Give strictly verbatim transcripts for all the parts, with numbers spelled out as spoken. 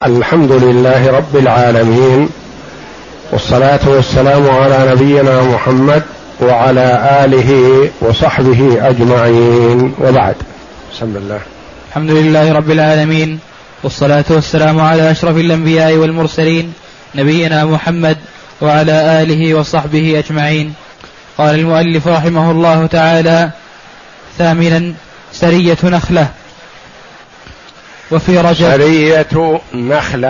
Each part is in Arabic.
الحمد لله رب العالمين، والصلاة والسلام على نبينا محمد وعلى آله وصحبه أجمعين، وبعد. بسم الله. الحمد لله رب العالمين، والصلاة والسلام على أشرف الأنبياء والمرسلين نبينا محمد وعلى آله وصحبه أجمعين. قال المؤلف رحمه الله تعالى: ثامنا، سرية نخلة. وفي رجب سرية نخلة،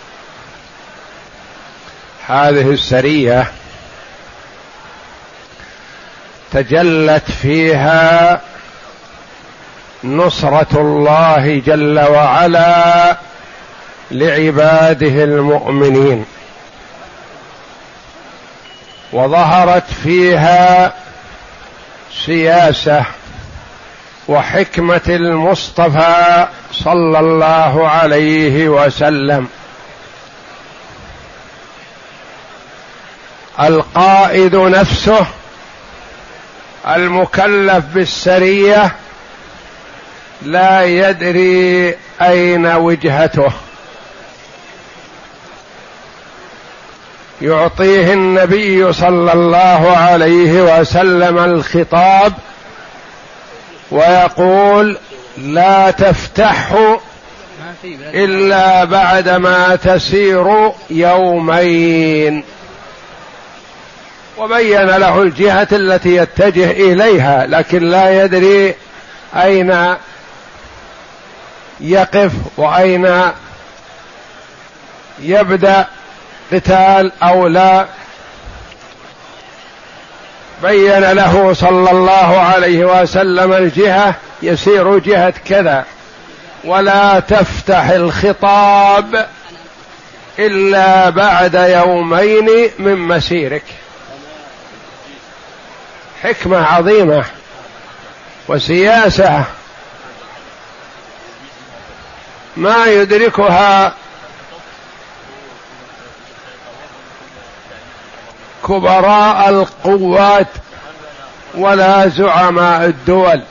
هذه السرية تجلت فيها نصرة الله جل وعلا لعباده المؤمنين، وظهرت فيها سياسة وحكمة المصطفى صلى الله عليه وسلم. القائد نفسه المكلف بالسرية لا يدري أين وجهته، يعطيه النبي صلى الله عليه وسلم الخطاب ويقول: لا تفتحه إلا بعدما تسير يومين، وبين له الجهة التي يتجه إليها، لكن لا يدري أين يقف وأين يبدأ قتال أو لا. بين له صلى الله عليه وسلم الجهة، يسير جهة كذا، ولا تفتح الخطاب إلا بعد يومين من مسيرك. حكمة عظيمة وسياسة ما يدركها كبراء القوات ولا زعماء الدول.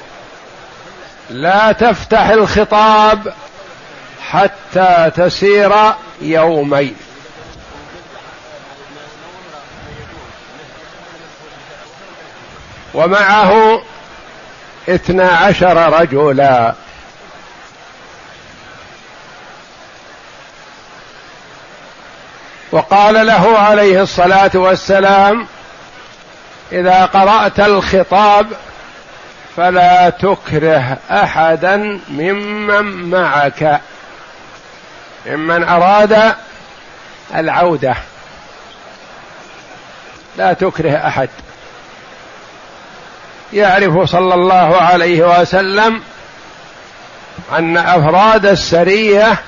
لا تفتح الخطاب حتى تسير يومين. ومعه اثنا عشر رجلا، وقال له عليه الصلاة والسلام: إذا قرأت الخطاب فلا تكره أحدا ممن معك، ممن أراد العودة، لا تكره أحد. يعرف صلى الله عليه وسلم أن أفراد السرية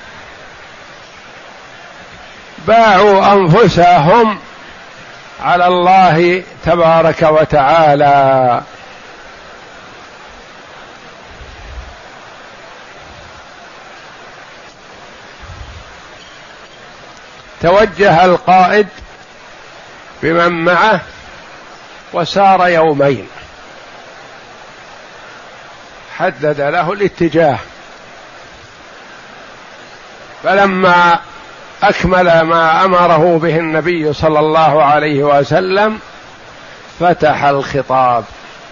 باعوا أنفسهم على الله تبارك وتعالى. توجه القائد بمن معه وسار يومين، حدد له الاتجاه، فلما أكمل ما أمره به النبي صلى الله عليه وسلم فتح الخطاب،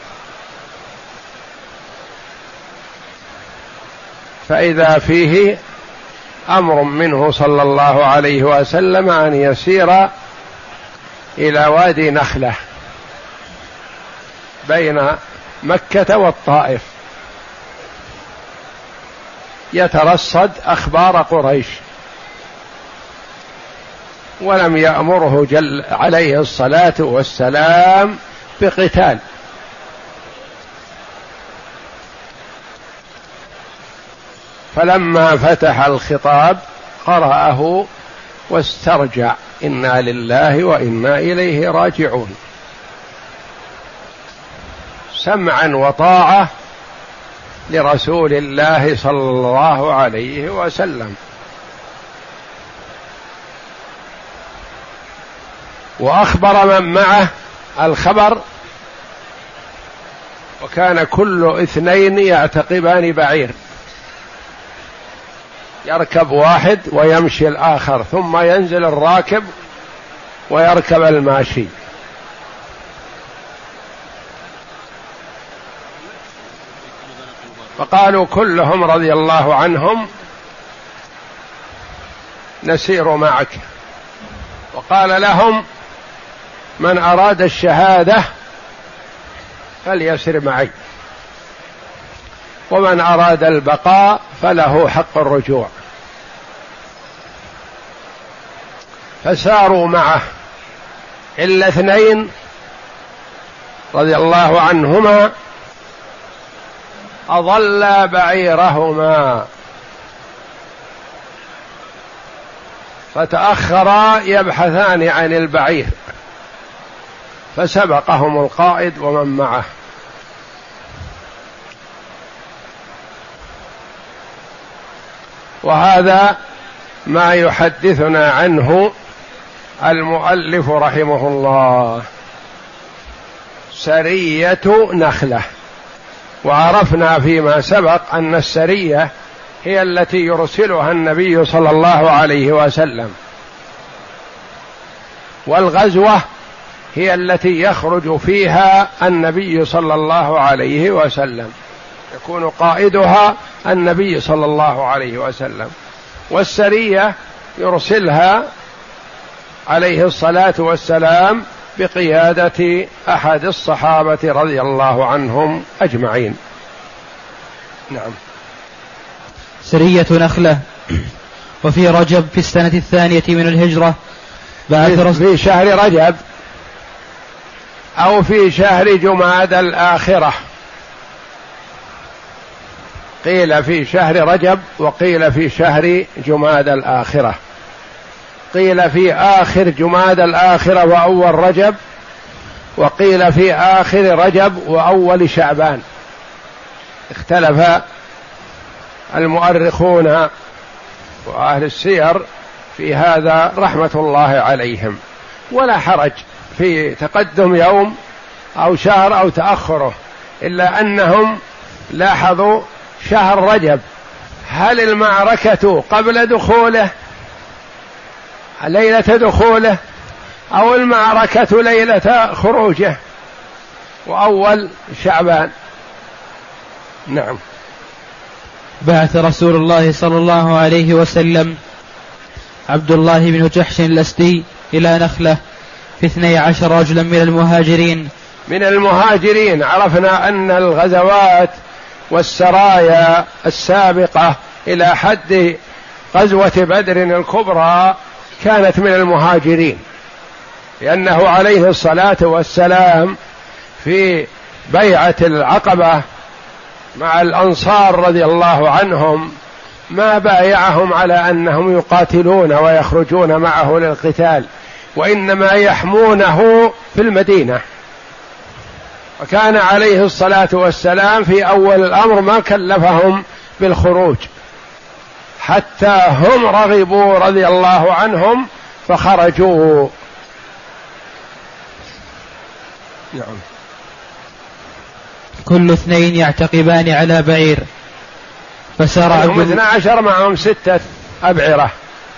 فإذا فيه أمر منه صلى الله عليه وسلم أن يسير إلى وادي نخلة بين مكة والطائف، يترصد أخبار قريش، ولم يأمره جل عليه الصلاة والسلام بقتال. فلما فتح الخطاب قرأه واسترجع: إنا لله وإنا إليه راجعون، سمعا وطاعة لرسول الله صلى الله عليه وسلم. وأخبر من معه الخبر، وكان كل اثنين يعتقبان بعير، يركب واحد ويمشي الآخر، ثم ينزل الراكب ويركب الماشي. فقالوا كلهم رضي الله عنهم نسير معك. وقال لهم من أراد الشهادة فليسر معي، ومن أراد البقاء فله حق الرجوع. فساروا معه إلا اثنين رضي الله عنهما أضلا بعيرهما فتأخرا يبحثان عن البعير، فسبقهم القائد ومن معه. وهذا ما يحدثنا عنه المؤلف رحمه الله، سرية نخلة. وعرفنا فيما سبق أن السرية هي التي يرسلها النبي صلى الله عليه وسلم، والغزوة هي التي يخرج فيها النبي صلى الله عليه وسلم، يكون قائدها النبي صلى الله عليه وسلم، والسرية يرسلها عليه الصلاة والسلام بقيادة أحد الصحابة رضي الله عنهم أجمعين. نعم. سرية نخلة. وفي رجب في السنة الثانية من الهجرة بعث في شهر رجب أو في شهر جماد الآخرة، قيل في شهر رجب وقيل في شهر جماد الآخرة، قيل في آخر جماد الآخرة وأول رجب، وقيل في آخر رجب وأول شعبان. اختلف المؤرخون وأهل السير في هذا رحمة الله عليهم، ولا حرج في تقدم يوم أو شهر أو تأخره، إلا أنهم لاحظوا شهر رجب هل المعركة قبل دخوله ليلة دخوله أو المعركة ليلة خروجه، وأول شعبان. نعم. بعث رسول الله صلى الله عليه وسلم عبد الله بن جحش الأسدي إلى نخلة في اثني عشر رجلا من المهاجرين. من المهاجرين عرفنا أن الغزوات والسرايا السابقة إلى حد غزوة بدر الكبرى كانت من المهاجرين، لأنه عليه الصلاة والسلام في بيعة العقبة مع الأنصار رضي الله عنهم ما بايعهم على أنهم يقاتلون ويخرجون معه للقتال، وإنما يحمونه في المدينة. وكان عليه الصلاة والسلام في أول الأمر ما كلفهم بالخروج حتى هم رغبوا رضي الله عنهم فخرجوا. نعم. كل اثنين يعتقبان على بعير، فسار عبد اثنا عشر معهم ستة أبعرة،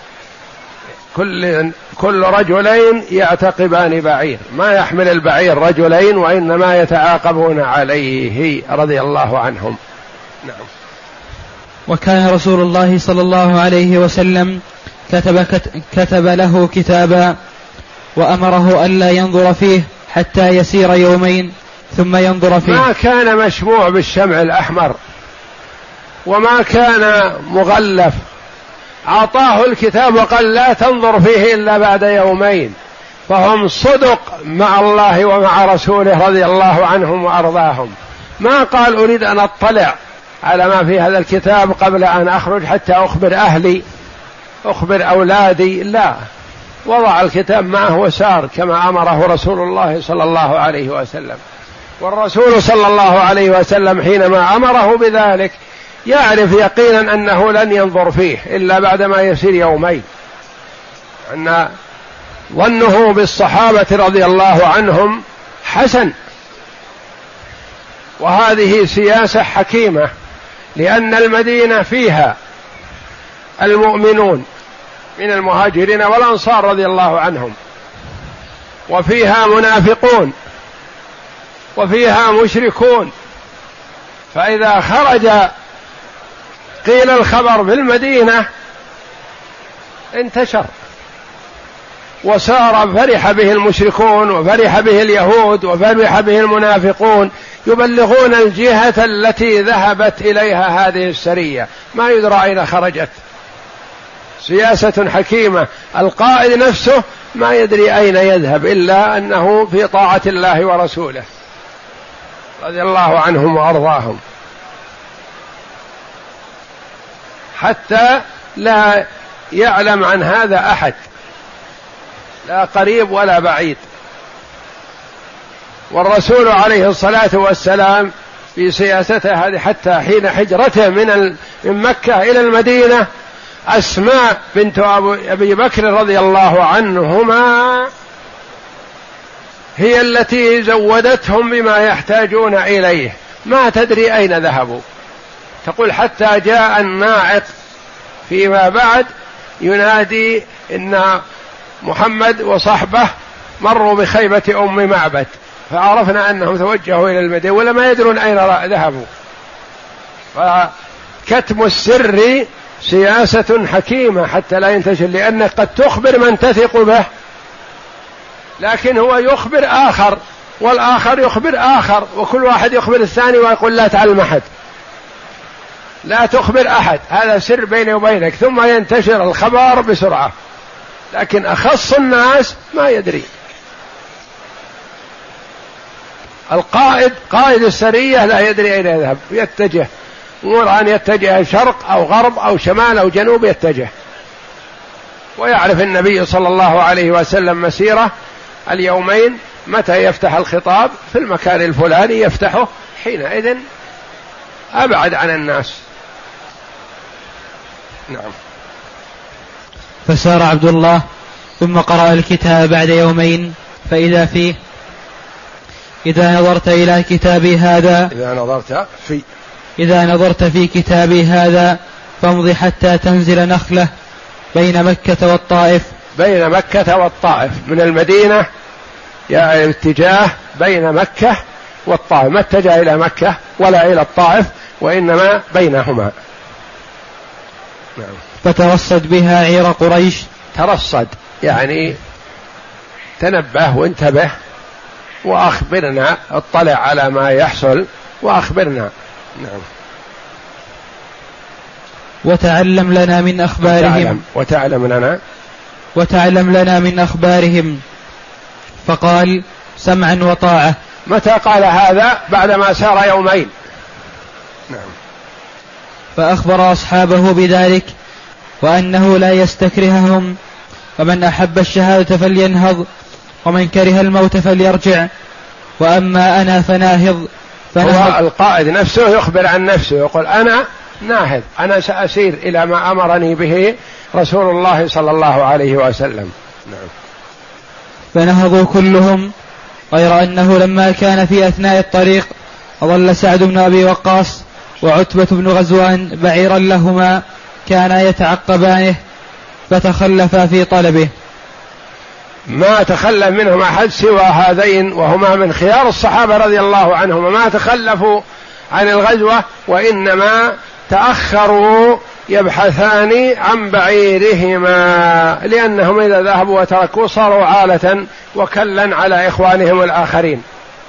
كل كل رجلين يعتقبان بعير، ما يحمل البعير رجلين وإنما يتعاقبون عليه رضي الله عنهم. نعم. وكان رسول الله صلى الله عليه وسلم كتب, كتب له كتابا وأمره ألا ينظر فيه حتى يسير يومين ثم ينظر فيه. ما كان مشموع بالشمع الأحمر وما كان مغلف، أعطاه الكتاب وقال لا تنظر فيه إلا بعد يومين، فهم صدق مع الله ومع رسوله رضي الله عنهم وأرضاهم. ما قال أريد أن أطلع على ما في هذا الكتاب قبل أن أخرج حتى أخبر أهلي أخبر أولادي، لا، وضع الكتاب معه وسار كما أمره رسول الله صلى الله عليه وسلم. والرسول صلى الله عليه وسلم حينما أمره بذلك يعرف يقينا أنه لن ينظر فيه إلا بعدما يسير يومين، أن ظنه بالصحابة رضي الله عنهم حسن، وهذه سياسة حكيمة، لأن المدينة فيها المؤمنون من المهاجرين والأنصار رضي الله عنهم، وفيها منافقون وفيها مشركون. فإذا خرج قيل الخبر في المدينة انتشر وصار فرح به المشركون وفرح به اليهود وفرح به المنافقون، يبلغون الجهة التي ذهبت إليها هذه السرية، ما يدرى أين خرجت. سياسة حكيمة، القائد نفسه ما يدري أين يذهب إلا أنه في طاعة الله ورسوله رضي الله عنهم وأرضاهم، حتى لا يعلم عن هذا أحد، لا قريب ولا بعيد. والرسول عليه الصلاة والسلام في سياسته هذه حتى حين هجرته من من مكة إلى المدينة، أسماء بنت أبي بكر رضي الله عنهما هي التي زودتهم بما يحتاجون إليه، ما تدري أين ذهبوا. تقول حتى جاء الناعق فيما بعد ينادي إن محمد وصحبه مروا بخيبة أم معبد، فعرفنا أنهم توجهوا إلى المدينة ولا ما يدرون أين ذهبوا. فكتم السر سياسة حكيمة حتى لا ينتشر، لأنك قد تخبر من تثق به، لكن هو يخبر آخر والآخر يخبر آخر، وكل واحد يخبر الثاني ويقول لا تعلم أحد، لا تخبر أحد، هذا سر بيني وبينك، ثم ينتشر الخبر بسرعة، لكن أخص الناس ما يدري. القائد قائد السرية لا يدري أين يذهب، يتجه، أمور أن يتجه شرق أو غرب أو شمال أو جنوب يتجه. ويعرف النبي صلى الله عليه وسلم مسيرة اليومين، متى يفتح الخطاب في المكان الفلاني يفتحه، حينئذ أبعد عن الناس. نعم. فسار عبد الله ثم قرأ الكتاب بعد يومين فإذا فيه: إذا نظرت إلى كتابي هذا إذا نظرت في إذا نظرت في كتابي هذا فامض حتى تنزل نخلة بين مكة والطائف. بين مكة والطائف، من المدينة يعني اتجاه بين مكة والطائف، ما اتجه إلى مكة ولا إلى الطائف، وإنما بينهما. نعم. فترصد بها عير قريش. ترصد يعني تنبه وانتبه وأخبرنا، اطلع على ما يحصل وأخبرنا. نعم. وتعلم لنا من أخبارهم. وتعلم, وتعلم لنا وتعلم لنا من أخبارهم. فقال: سمعا وطاعة. متى قال هذا؟ بعدما سار يومين. نعم. فأخبر أصحابه بذلك وأنه لا يستكرههم، ومن أحب الشهادة فلينهض، ومن كره الموت فليرجع، وأما أنا فناهض. هو القائد نفسه يخبر عن نفسه، يقول أنا ناهض، أنا سأسير إلى ما أمرني به رسول الله صلى الله عليه وسلم. نعم. فنهضوا كلهم، غير أنه لما كان في أثناء الطريق أضل سعد بن أبي وقاص وعتبة بن غزوان بعيرا لهما كانا يتعقبانه فتخلفا في طلبه. ما تخلف منهم أحد سوى هذين، وهما من خيار الصحابة رضي الله عنهم، ما تخلفوا عن الغزوة، وإنما تأخروا يبحثان عن بعيرهما، لأنهم إذا ذهبوا وتركوا صاروا عالة وكلا على إخوانهم الآخرين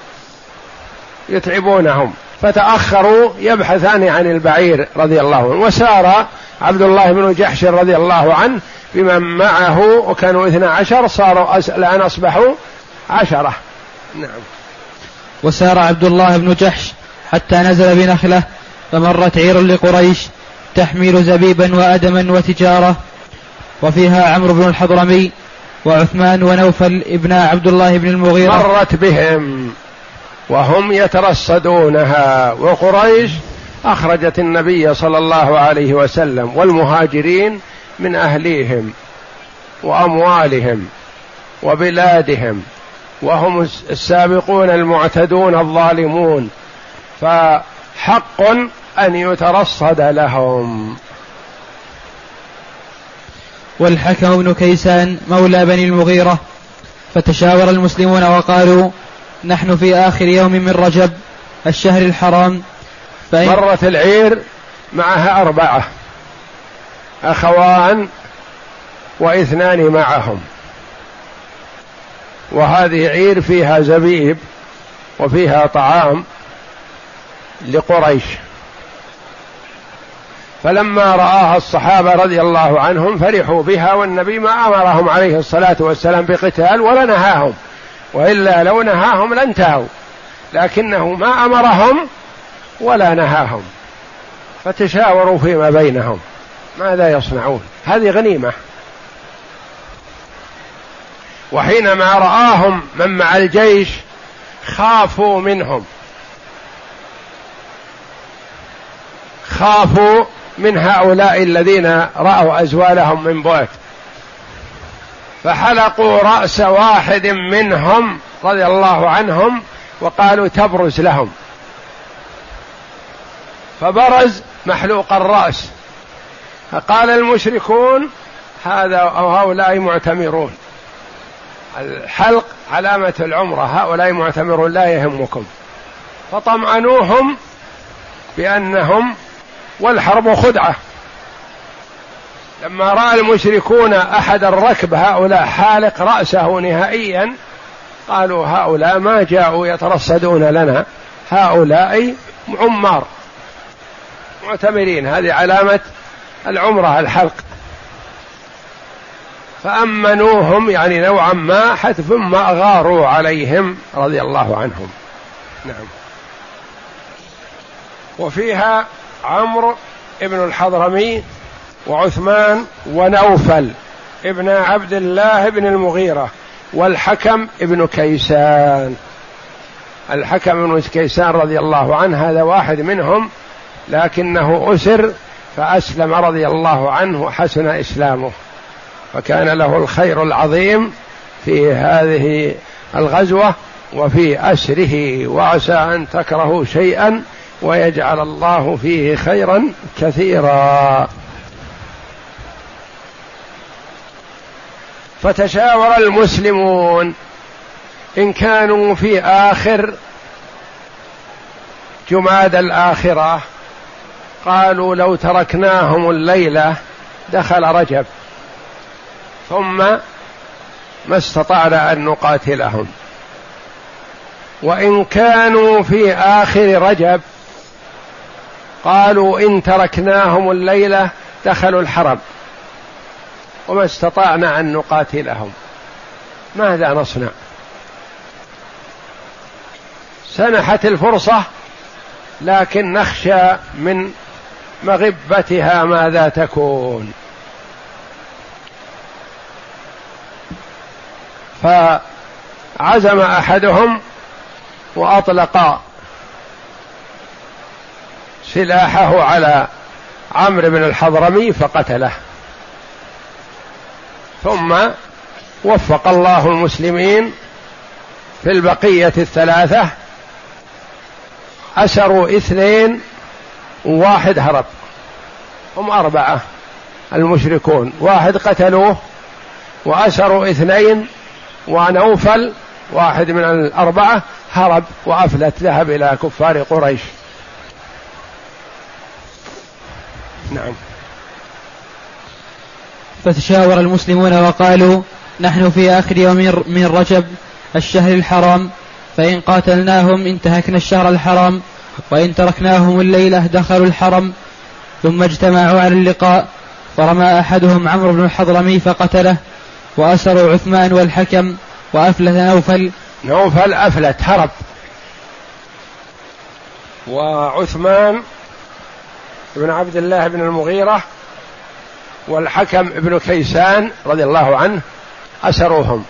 يتعبونهم، فتأخروا يبحثان عن البعير رضي الله عنه. وسار عبد الله بن جحش رضي الله عنه بمن معه، وكانوا اثنى عشر، صاروا الآن أصبحوا عشرة. نعم. وسار عبد الله بن جحش حتى نزل بنخلة، فمرت عير لقريش تحمل زبيبا وأدما وتجارة، وفيها عمرو بن الحضرمي وعثمان ونوفل ابن عبد الله بن المغيرة. مرت بهم وهم يترصدونها، وقريش أخرجت النبي صلى الله عليه وسلم والمهاجرين من أهليهم وأموالهم وبلادهم، وهم السابقون المعتدون الظالمون، فحق أن يترصد لهم. والحكم بن كيسان مولى بني المغيرة. فتشاور المسلمون وقالوا نحن في آخر يوم من رجب الشهر الحرام. مرت العير معها أربعة أخوان واثنان معهم، وهذه عير فيها زبيب وفيها طعام لقريش. فلما رآها الصحابة رضي الله عنهم فرحوا بها، والنبي ما أمرهم عليه الصلاة والسلام بقتال ولا نهاهم، وإلا لو نهاهم لانتهوا، لكنه ما أمرهم ولا نهاهم. فتشاوروا فيما بينهم ماذا يصنعون، هذه غنيمة. وحينما رآهم من مع الجيش خافوا منهم، خافوا من هؤلاء الذين رأوا أزوالهم من بعد، فحلقوا رأس واحد منهم رضي الله عنهم وقالوا تبرز لهم، فبرز محلوق الرأس. فقال المشركون هذا أو هؤلاء معتمرون، الحلق علامة العمرة، هؤلاء معتمرون لا يهمكم. فطمأنوهم بأنهم، والحرب خدعة. لما رأى المشركون أحد الركب هؤلاء حالق رأسه نهائيا قالوا هؤلاء ما جاءوا يترصدون لنا، هؤلاء عمار معتمرين، هذه علامة العمرة الحلق. فأمنوهم يعني نوعا ما حتى ثم أغاروا عليهم رضي الله عنهم. نعم. وفيها عمرو ابن الحضرمي وعثمان ونوفل ابن عبد الله بن المغيرة والحكم ابن كيسان. الحكم ابن كيسان رضي الله عنه هذا واحد منهم، لكنه أسر فأسلم رضي الله عنه وحسن إسلامه، فكان له الخير العظيم في هذه الغزوة وفي أسره. وعسى أن تكرهوا شيئا ويجعل الله فيه خيرا كثيرا. فتشاور المسلمون إن كانوا في آخر جماد الآخرة قالوا لو تركناهم الليلة دخل رجب ثم ما استطعنا أن نقاتلهم، وإن كانوا في آخر رجب قالوا إن تركناهم الليلة دخلوا الحرم وما استطعنا أن نقاتلهم، ماذا نصنع؟ سنحت الفرصة، لكن نخشى من مغبتها ماذا تكون. فعزم أحدهم وأطلق سلاحه على عمرو بن الحضرمي فقتله. ثم وفق الله المسلمين في البقية الثلاثة، أسروا اثنين وواحد هرب، هم أربعة المشركون، واحد قتلوه وأسروا اثنين، ونوفل واحد من الأربعة هرب وأفلت ذهب إلى كفار قريش. نعم. فتشاور المسلمون وقالوا نحن في آخر يوم من رجب الشهر الحرام، فإن قاتلناهم انتهكنا الشهر الحرام، وإن تركناهم الليلة دخلوا الحرم. ثم اجتمعوا على اللقاء، فرمى أحدهم عمرو بن الحضرمي فقتله، وأسروا عثمان والحكم، وأفلت نوفل نوفل أفلت هرب، وعثمان بن عبد الله بن المغيرة والحكم ابن كيسان رضي الله عنه أسروهم،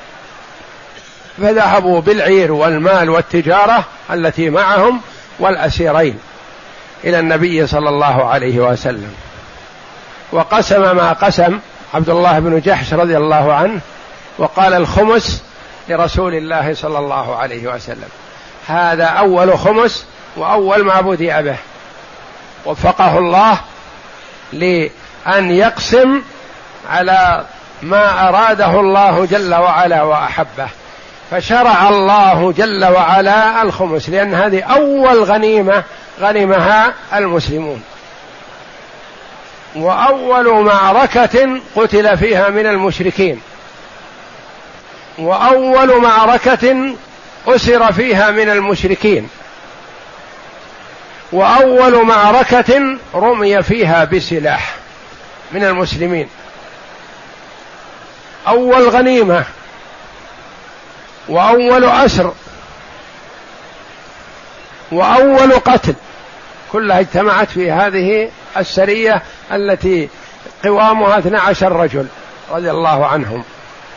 فذهبوا بالعير والمال والتجارة التي معهم والأسيرين إلى النبي صلى الله عليه وسلم، وقسم ما قسم عبد الله بن جحش رضي الله عنه، وقال الخمس لرسول الله صلى الله عليه وسلم. هذا أول خمس وأول ما بدأ به، وفقه الله لأن يقسم على ما أراده الله جل وعلا وأحبه، فشرع الله جل وعلا الخمس، لأن هذه أول غنيمة غنمها المسلمون، وأول معركة قتل فيها من المشركين، وأول معركة أسر فيها من المشركين، وأول معركة رمي فيها بسلاح من المسلمين، أول غنيمة وأول أسر وأول قتل، كلها اجتمعت في هذه السرية التي قوامها اثنى عشر رجل رضي الله عنهم،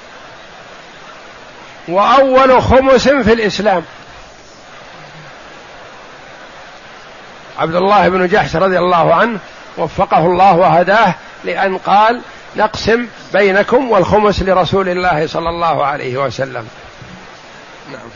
وأول خمس في الإسلام. عبد الله بن جحش رضي الله عنه وفقه الله وهداه لأن قال نقسم بينكم والخمس لرسول الله صلى الله عليه وسلم. نعم.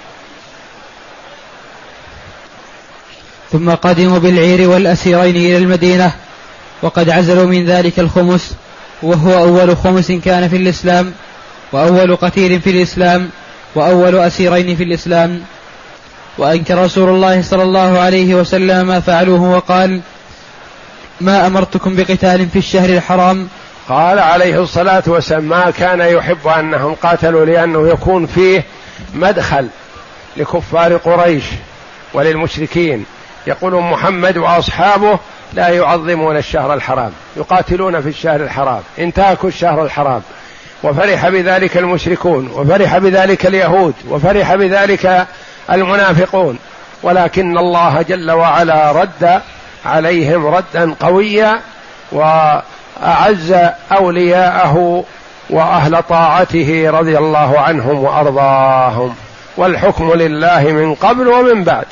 ثم قدموا بالعير والأسيرين إلى المدينة وقد عزلوا من ذلك الخمس، وهو أول خمس كان في الإسلام، وأول قتيل في الإسلام، وأول أسيرين في الإسلام. وأنكر رسول الله صلى الله عليه وسلم ما فعلوه وقال ما أمرتكم بقتال في الشهر الحرام. قال عليه الصلاة والسلام ما كان يحب أنهم قاتلوا، لأنه يكون فيه مدخل لكفار قريش وللمشركين، يقول محمد وأصحابه لا يعظمون الشهر الحرام، يقاتلون في الشهر الحرام، انتهكوا الشهر الحرام، وفرح بذلك المشركون، وفرح بذلك اليهود، وفرح بذلك المنافقون، ولكن الله جل وعلا رد عليهم ردا قويا وأعز أولياءه وأهل طاعته رضي الله عنهم وأرضاهم، والحكم لله من قبل ومن بعد.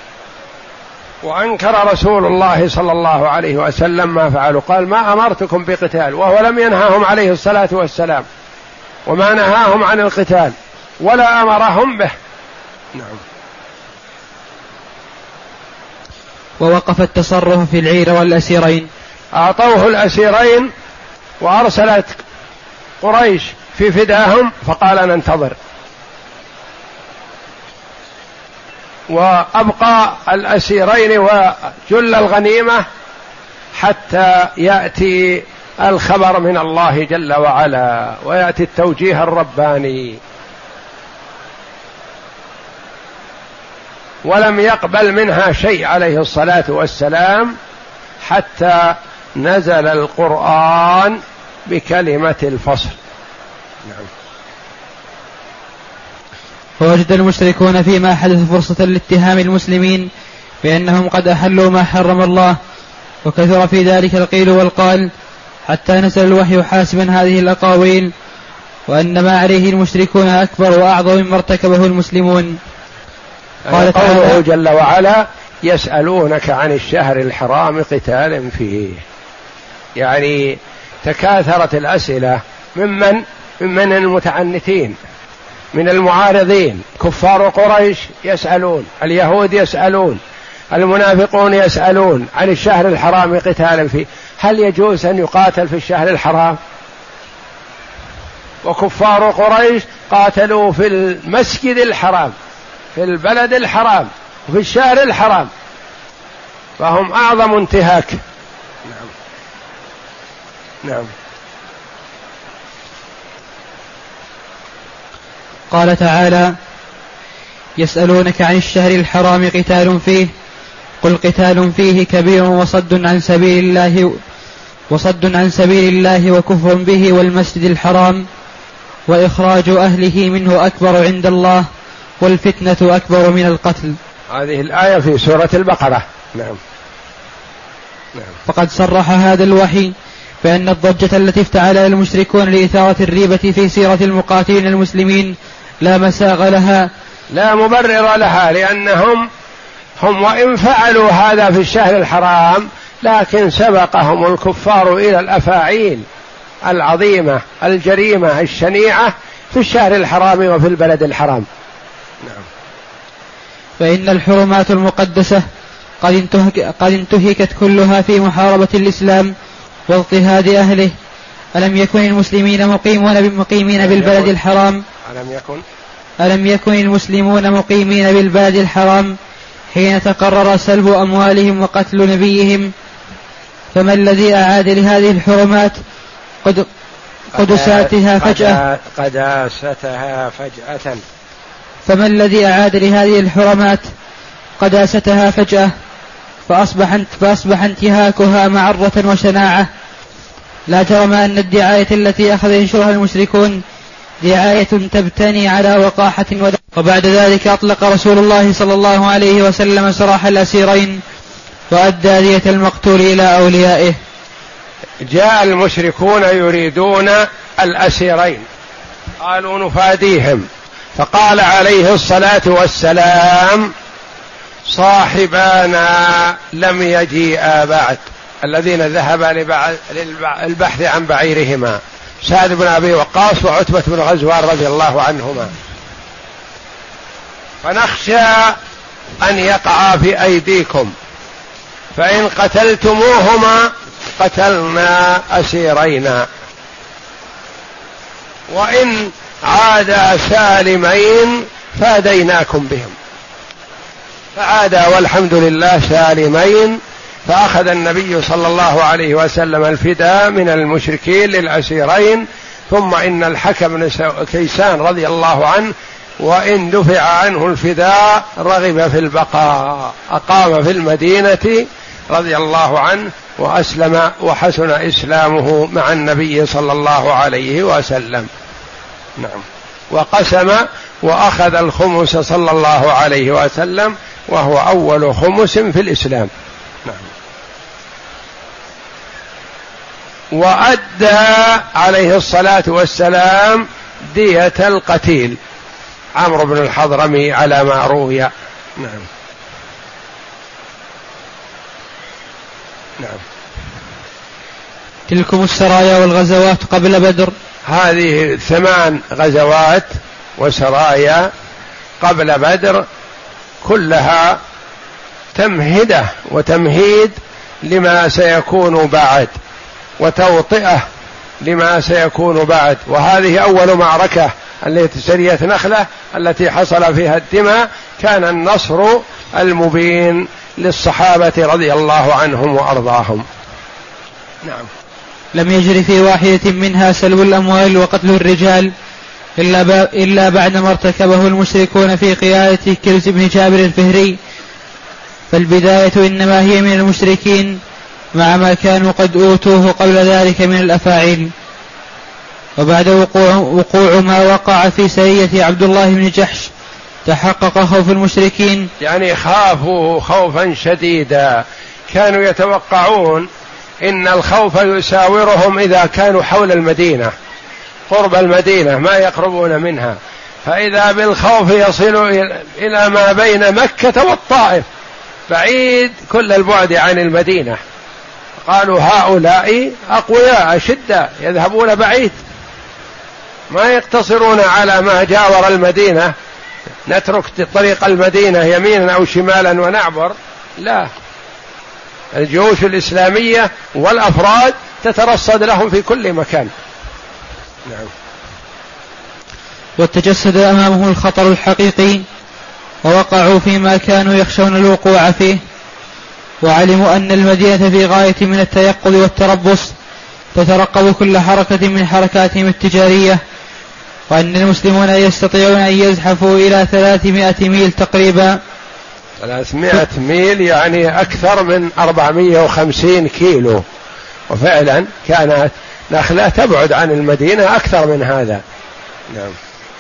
وأنكر رسول الله صلى الله عليه وسلم ما فعلوا، قال ما أمرتكم بقتال، وهو لم ينهاهم عليه الصلاة والسلام، وما نهاهم عن القتال ولا أمرهم به. نعم. ووقف التصرف في العير والأسيرين، أعطوه الأسيرين وأرسلت قريش في فداهم، فقال ننتظر، وأبقى الأسيرين وجل الغنيمة حتى يأتي الخبر من الله جل وعلا ويأتي التوجيه الرباني. ولم يقبل منها شيء عليه الصلاة والسلام حتى نزل القرآن بكلمة الفصل. نعم. فوجد المشركون فيما حدث فرصة لاتهام المسلمين بأنهم قد أحلوا ما حرم الله، وكثر في ذلك القيل والقال حتى نزل الوحي حاسبا هذه الأقاويل، وأن ما عليه المشركون أكبر وأعظم مما ارتكبه المسلمون. قال قوله جل وعلا يسألونك عن الشهر الحرام قتال فيه، يعني تكاثرت الأسئلة ممن ممن المتعنتين من المعارضين، كفار قريش يسألون، اليهود يسألون، المنافقون يسألون عن الشهر الحرام قتال فيه، هل يجوز أن يقاتل في الشهر الحرام؟ وكفار قريش قاتلوا في المسجد الحرام، في البلد الحرام، وفي الشهر الحرام، فهم أعظم انتهاك. نعم. نعم. قال تعالى يسألونك عن الشهر الحرام قتال فيه قل قتال فيه كبير وصد عن سبيل الله وصد عن سبيل الله وكفر به والمسجد الحرام وإخراج أهله منه أكبر عند الله والفتنة أكبر من القتل. هذه الآية في سورة البقرة. نعم. نعم. فقد صرح هذا الوحي بأن الضجة التي افتعلها المشركون لإثارة الريبة في سيرة المقاتلين المسلمين لا مساغ لها، لا مبرر لها، لأنهم هم وإن فعلوا هذا في الشهر الحرام لكن سبقهم الكفار إلى الأفاعيل العظيمة الجريمة الشنيعة في الشهر الحرام وفي البلد الحرام. نعم. فإن الحرمات المقدسة قد, انتهك قد انتهكت كلها في محاربة الإسلام واضطهاد أهله، ألم يكن المسلمين مقيمون مقيمين بالبلد الحرام ألم يكن ألم يكن المسلمون مقيمين بالبلد الحرام حين تقرر سلب أموالهم وقتل نبيهم، فما الذي أعاد لهذه الحرمات قد قدساتها فجأة قداستها فجأة فما الذي أعاد لهذه الحرمات قداستها فجأة فأصبح, فأصبح انتهاكها معرة وشناعة. لا جرم أن الدعاية التي أخذ ينشرها المشركون دعاية تبتني على وقاحة ودم. وبعد ذلك أطلق رسول الله صلى الله عليه وسلم سراح الأسيرين وأدى دية المقتول إلى أوليائه. جاء المشركون يريدون الأسيرين، قالوا نفاديهم، فقال عليه الصلاة والسلام صاحبانا لم يجيئا بعد، الذين ذهبا للبحث عن بعيرهما، سعد بن أبي وقاص وعتبة بن غزوان رضي الله عنهما، فنخشى أن يقع في أيديكم، فإن قتلتموهما قتلنا أسيرينا، وإن عادا سالمين فاديناكم بهم. فعادا والحمد لله سالمين، فأخذ النبي صلى الله عليه وسلم الفداء من المشركين للأسيرين. ثم إن الحكم بن كيسان رضي الله عنه وإن دفع عنه الفداء رغب في البقاء، أقام في المدينة رضي الله عنه وأسلم وحسن إسلامه مع النبي صلى الله عليه وسلم. نعم. وقسم وأخذ الخمس صلى الله عليه وسلم، وهو أول خمس في الإسلام. نعم. وأدى عليه الصلاة والسلام دية القتيل عمرو بن الحضرمي على ما روي. نعم. نعم. تلكم السرايا والغزوات قبل بدر. هذه ثمان غزوات وسرايا قبل بدر كلها تمهيدة وتمهيد لما سيكون بعد، وتوطئة لما سيكون بعد. وهذه أول معركة التي سرية نخلة التي حصل فيها الدماء، كان النصر المبين للصحابة رضي الله عنهم وأرضاهم. نعم. لم يجري في واحدة منها سلب الأموال وقتل الرجال إلا, إلا بعدما ارتكبه المشركون في قيادة كرز بن جابر الفهري، فالبداية إنما هي من المشركين مع ما كانوا قد أوتوه قبل ذلك من الأفاعيل. وبعد وقوع, وقوع ما وقع في سرية عبد الله بن جحش تحقق خوف المشركين، يعني خافوا خوفا شديدا، كانوا يتوقعون إن الخوف يساورهم إذا كانوا حول المدينة قرب المدينة ما يقربون منها، فإذا بالخوف يصل إلى ما بين مكة والطائف بعيد كل البعد عن المدينة. قالوا هؤلاء أقوياء شدة يذهبون بعيد، ما يقتصرون على ما جاور المدينة، نترك طريق المدينة يمينا أو شمالا ونعبر، لا، الجيوش الإسلامية والأفراد تترصد لهم في كل مكان. نعم. وتجسد أمامهم الخطر الحقيقي ووقعوا فيما كانوا يخشون الوقوع فيه، وعلموا أن المدينة في غاية من التيقظ والتربص، تترقب كل حركة من حركاتهم التجارية، وأن المسلمون يستطيعون أن يزحفوا إلى ثلاثمائة ميل تقريبا. ثلاثمائة ميل يعني أكثر من أربعمائة وخمسين كيلو، وفعلا كانت نخلة تبعد عن المدينة أكثر من هذا. نعم.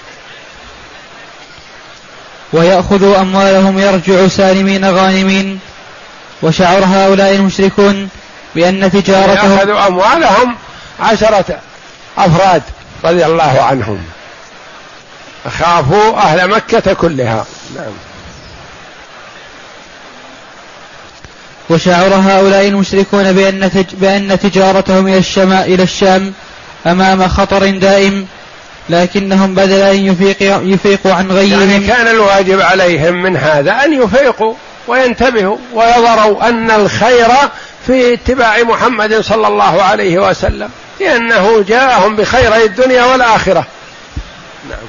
ويأخذوا أموالهم يرجع سالمين غانمين. وشعر هؤلاء المشركون بأن تجارتهم يأخذوا أموالهم عشرة أفراد رضي الله عنهم، خافوا أهل مكة كلها. نعم. وشعر هؤلاء المشركون بأن, تج... بأن تجارتهم إلى الشام... إلى الشام أمام خطر دائم، لكنهم بدل أن يفيق... يفيقوا عن غيهم، يعني كان الواجب عليهم من هذا أن يفيقوا وينتبهوا ويظروا أن الخير في اتباع محمد صلى الله عليه وسلم، لأنه جاءهم بخير الدنيا والآخرة. نعم.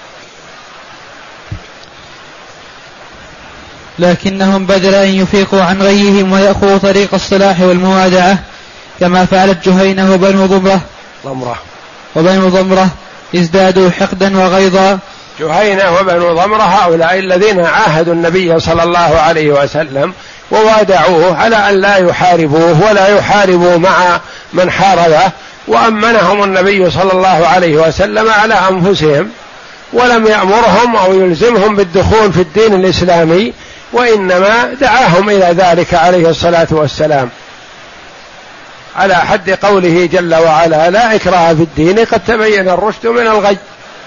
لكنهم بدل أن يفيقوا عن غيهم ويأخذوا طريق الصلاح والموادعة كما فعلت جهينة وبنو ضمرة ضمرة وبنو ضمرة ازدادوا حقدا وغيظا. جهينة وبنو ضمرة هؤلاء الذين عاهدوا النبي صلى الله عليه وسلم ووادعوه على أن لا يحاربوه ولا يحاربوا مع من حاربه، وأمنهم النبي صلى الله عليه وسلم على أنفسهم، ولم يأمرهم أو يلزمهم بالدخول في الدين الإسلامي، وإنما دعاهم إلى ذلك عليه الصلاة والسلام، على حد قوله جل وعلا: لا إكراه في الدين قد تبين الرشد من الغي.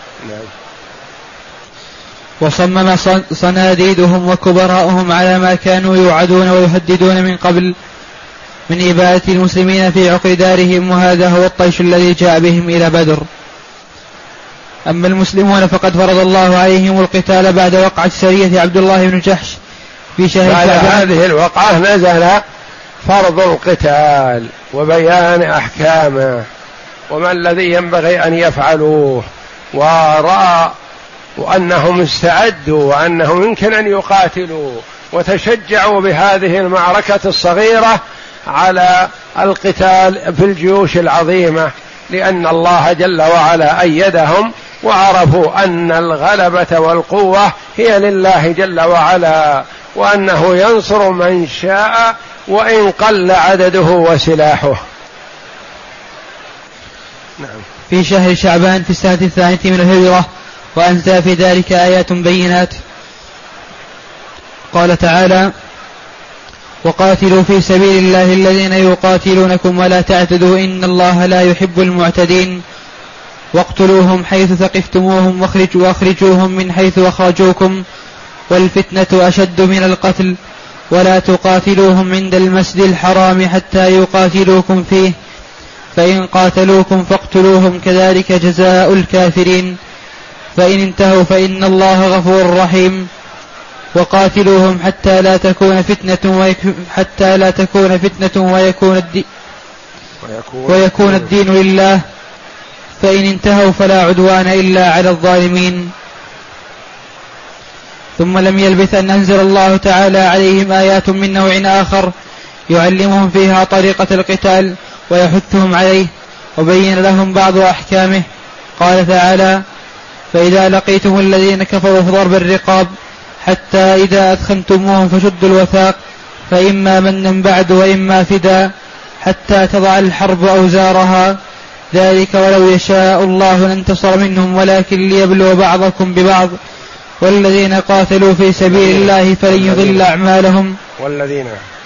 وصمم صناديدهم وكبراءهم على ما كانوا يوعدون ويهددون من قبل من إبادة المسلمين في عقر دارهم، وهذا هو الطيش الذي جاء بهم إلى بدر. أما المسلمون فقد فرض الله عليهم القتال بعد وقعة سرية عبد الله بن جحش في شهر بعد هذه الوقعة نزل فرض القتال وبيان أحكامه وما الذي ينبغي أن يفعلوه، ورأى وأنهم استعدوا وأنهم يمكن أن يقاتلوا، وتشجعوا بهذه المعركة الصغيرة على القتال في الجيوش العظيمة، لأن الله جل وعلا أيدهم، وعرفوا أن الغلبة والقوة هي لله جل وعلا، وأنه ينصر من شاء وإن قل عدده وسلاحه. نعم. في شهر شعبان في السنة الثانية من الهجرة، وأنزل في ذلك آيات بينات. قال تعالى: وقاتلوا في سبيل الله الذين يقاتلونكم ولا تعتدوا إن الله لا يحب المعتدين واقتلوهم حيث ثقفتموهم واخرجوا واخرجوهم من حيث أخرجوكم والفتنة أشد من القتل ولا تقاتلوهم عند المسجد الحرام حتى يقاتلوكم فيه فإن قاتلوكم فاقتلوهم كذلك جزاء الكافرين فإن انتهوا فإن الله غفور رحيم وقاتلوهم حتى لا تكون فتنة ويك... حتى لا تكون فتنة ويكون الدين ويكون, ويكون الدين لله فإن انتهوا فلا عدوان إلا على الظالمين. ثم لم يلبث أن أنزل الله تعالى عليهم آيات من نوع آخر يعلمهم فيها طريقة القتال ويحثهم عليه وبين لهم بعض أحكامه. قال تعالى: فإذا لقيتم الذين كفروا فضرب الرقاب حتى إذا أدخنتموهم فشدوا الوثاق فإما منا بعد وإما فدا حتى تضع الحرب أوزارها ذلك ولو يشاء الله لانتصر منهم ولكن ليبلو بعضكم ببعض والذين قاتلوا في سبيل الله فلن يضل أعمالهم والذين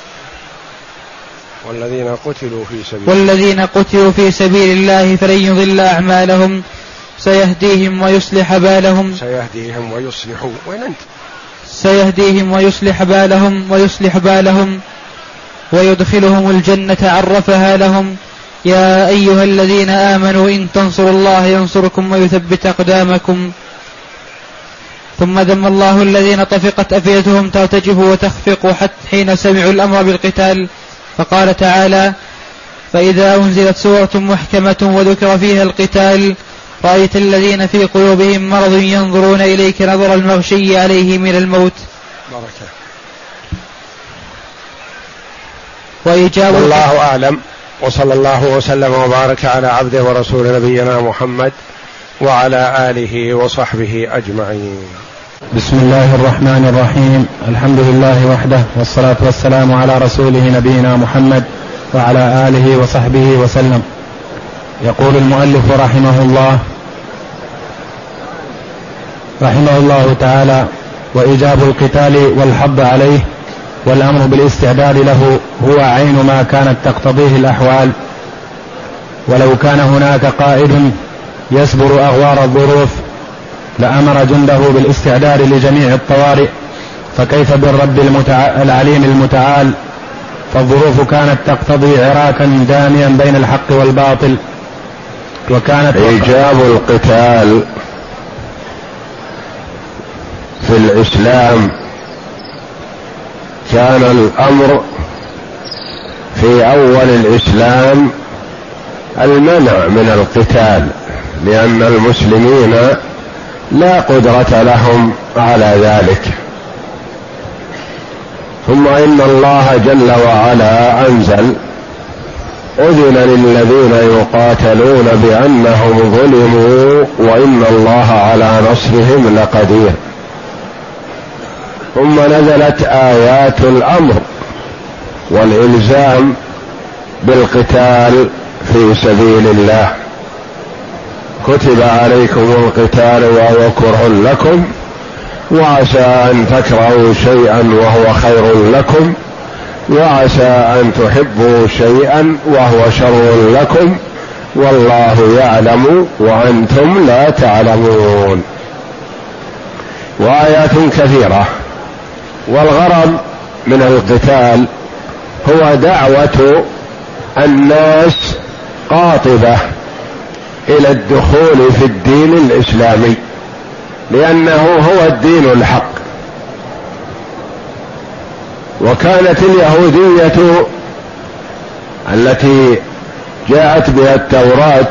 والذين قتلوا في سبيل والذين قتلوا في سبيل الله فلن يضل أعمالهم سيهديهم ويصلح بالهم سيهديهم ويصلح وين أنت سيهديهم ويصلح بالهم ويصلح بالهم ويدخلهم الجنة عرفها لهم. يا أيها الذين آمنوا إن تنصروا الله ينصركم ويثبت أقدامكم. ثم ذم الله الذين طفقت أفئدتهم ترتجف وتخفق حتى حين سمعوا الأمر بالقتال فقال تعالى: فإذا أنزلت سورة محكمة وذكر فيها القتال رأيت الذين في قلوبهم مرض ينظرون إليك نظر المغشي عليه من الموت. بركة. وإجابة والله أعلم، وصلى الله وسلم وبارك على عبده ورسول نبينا محمد وعلى آله وصحبه أجمعين. بسم الله الرحمن الرحيم. الحمد لله وحده والصلاة والسلام على رسوله نبينا محمد وعلى آله وصحبه وسلم. يقول المؤلف رحمه الله رحمه الله تعالى: وإيجاب القتال والحض عليه والأمر بالاستعداد له هو عين ما كانت تقتضيه الأحوال، ولو كان هناك قائد يصبر أغوار الظروف لأمر جنده بالاستعداد لجميع الطوارئ، فكيف بالرب المتع... العليم المتعال؟ فالظروف كانت تقتضي عراكا داميا بين الحق والباطل، وكانت إيجاب القتال في الإسلام كان الأمر في أول الإسلام المنع من القتال، لأن المسلمين لا قدرة لهم على ذلك. ثم إن الله جل وعلا أنزل: أذن للذين يقاتلون بأنهم ظلموا وإن الله على نصرهم لقدير. ثم نزلت آيات الأمر والإلزام بالقتال في سبيل الله: كتب عليكم القتال وهو كره لكم وعسى أن تكرهوا شيئا وهو خير لكم وعسى أن تحبوا شيئا وهو شر لكم والله يعلم وأنتم لا تعلمون. وآيات كثيرة. والغرض من القتال هو دعوة الناس قاطبة إلى الدخول في الدين الإسلامي، لأنه هو الدين الحق. وكانت اليهودية التي جاءت بها التوراة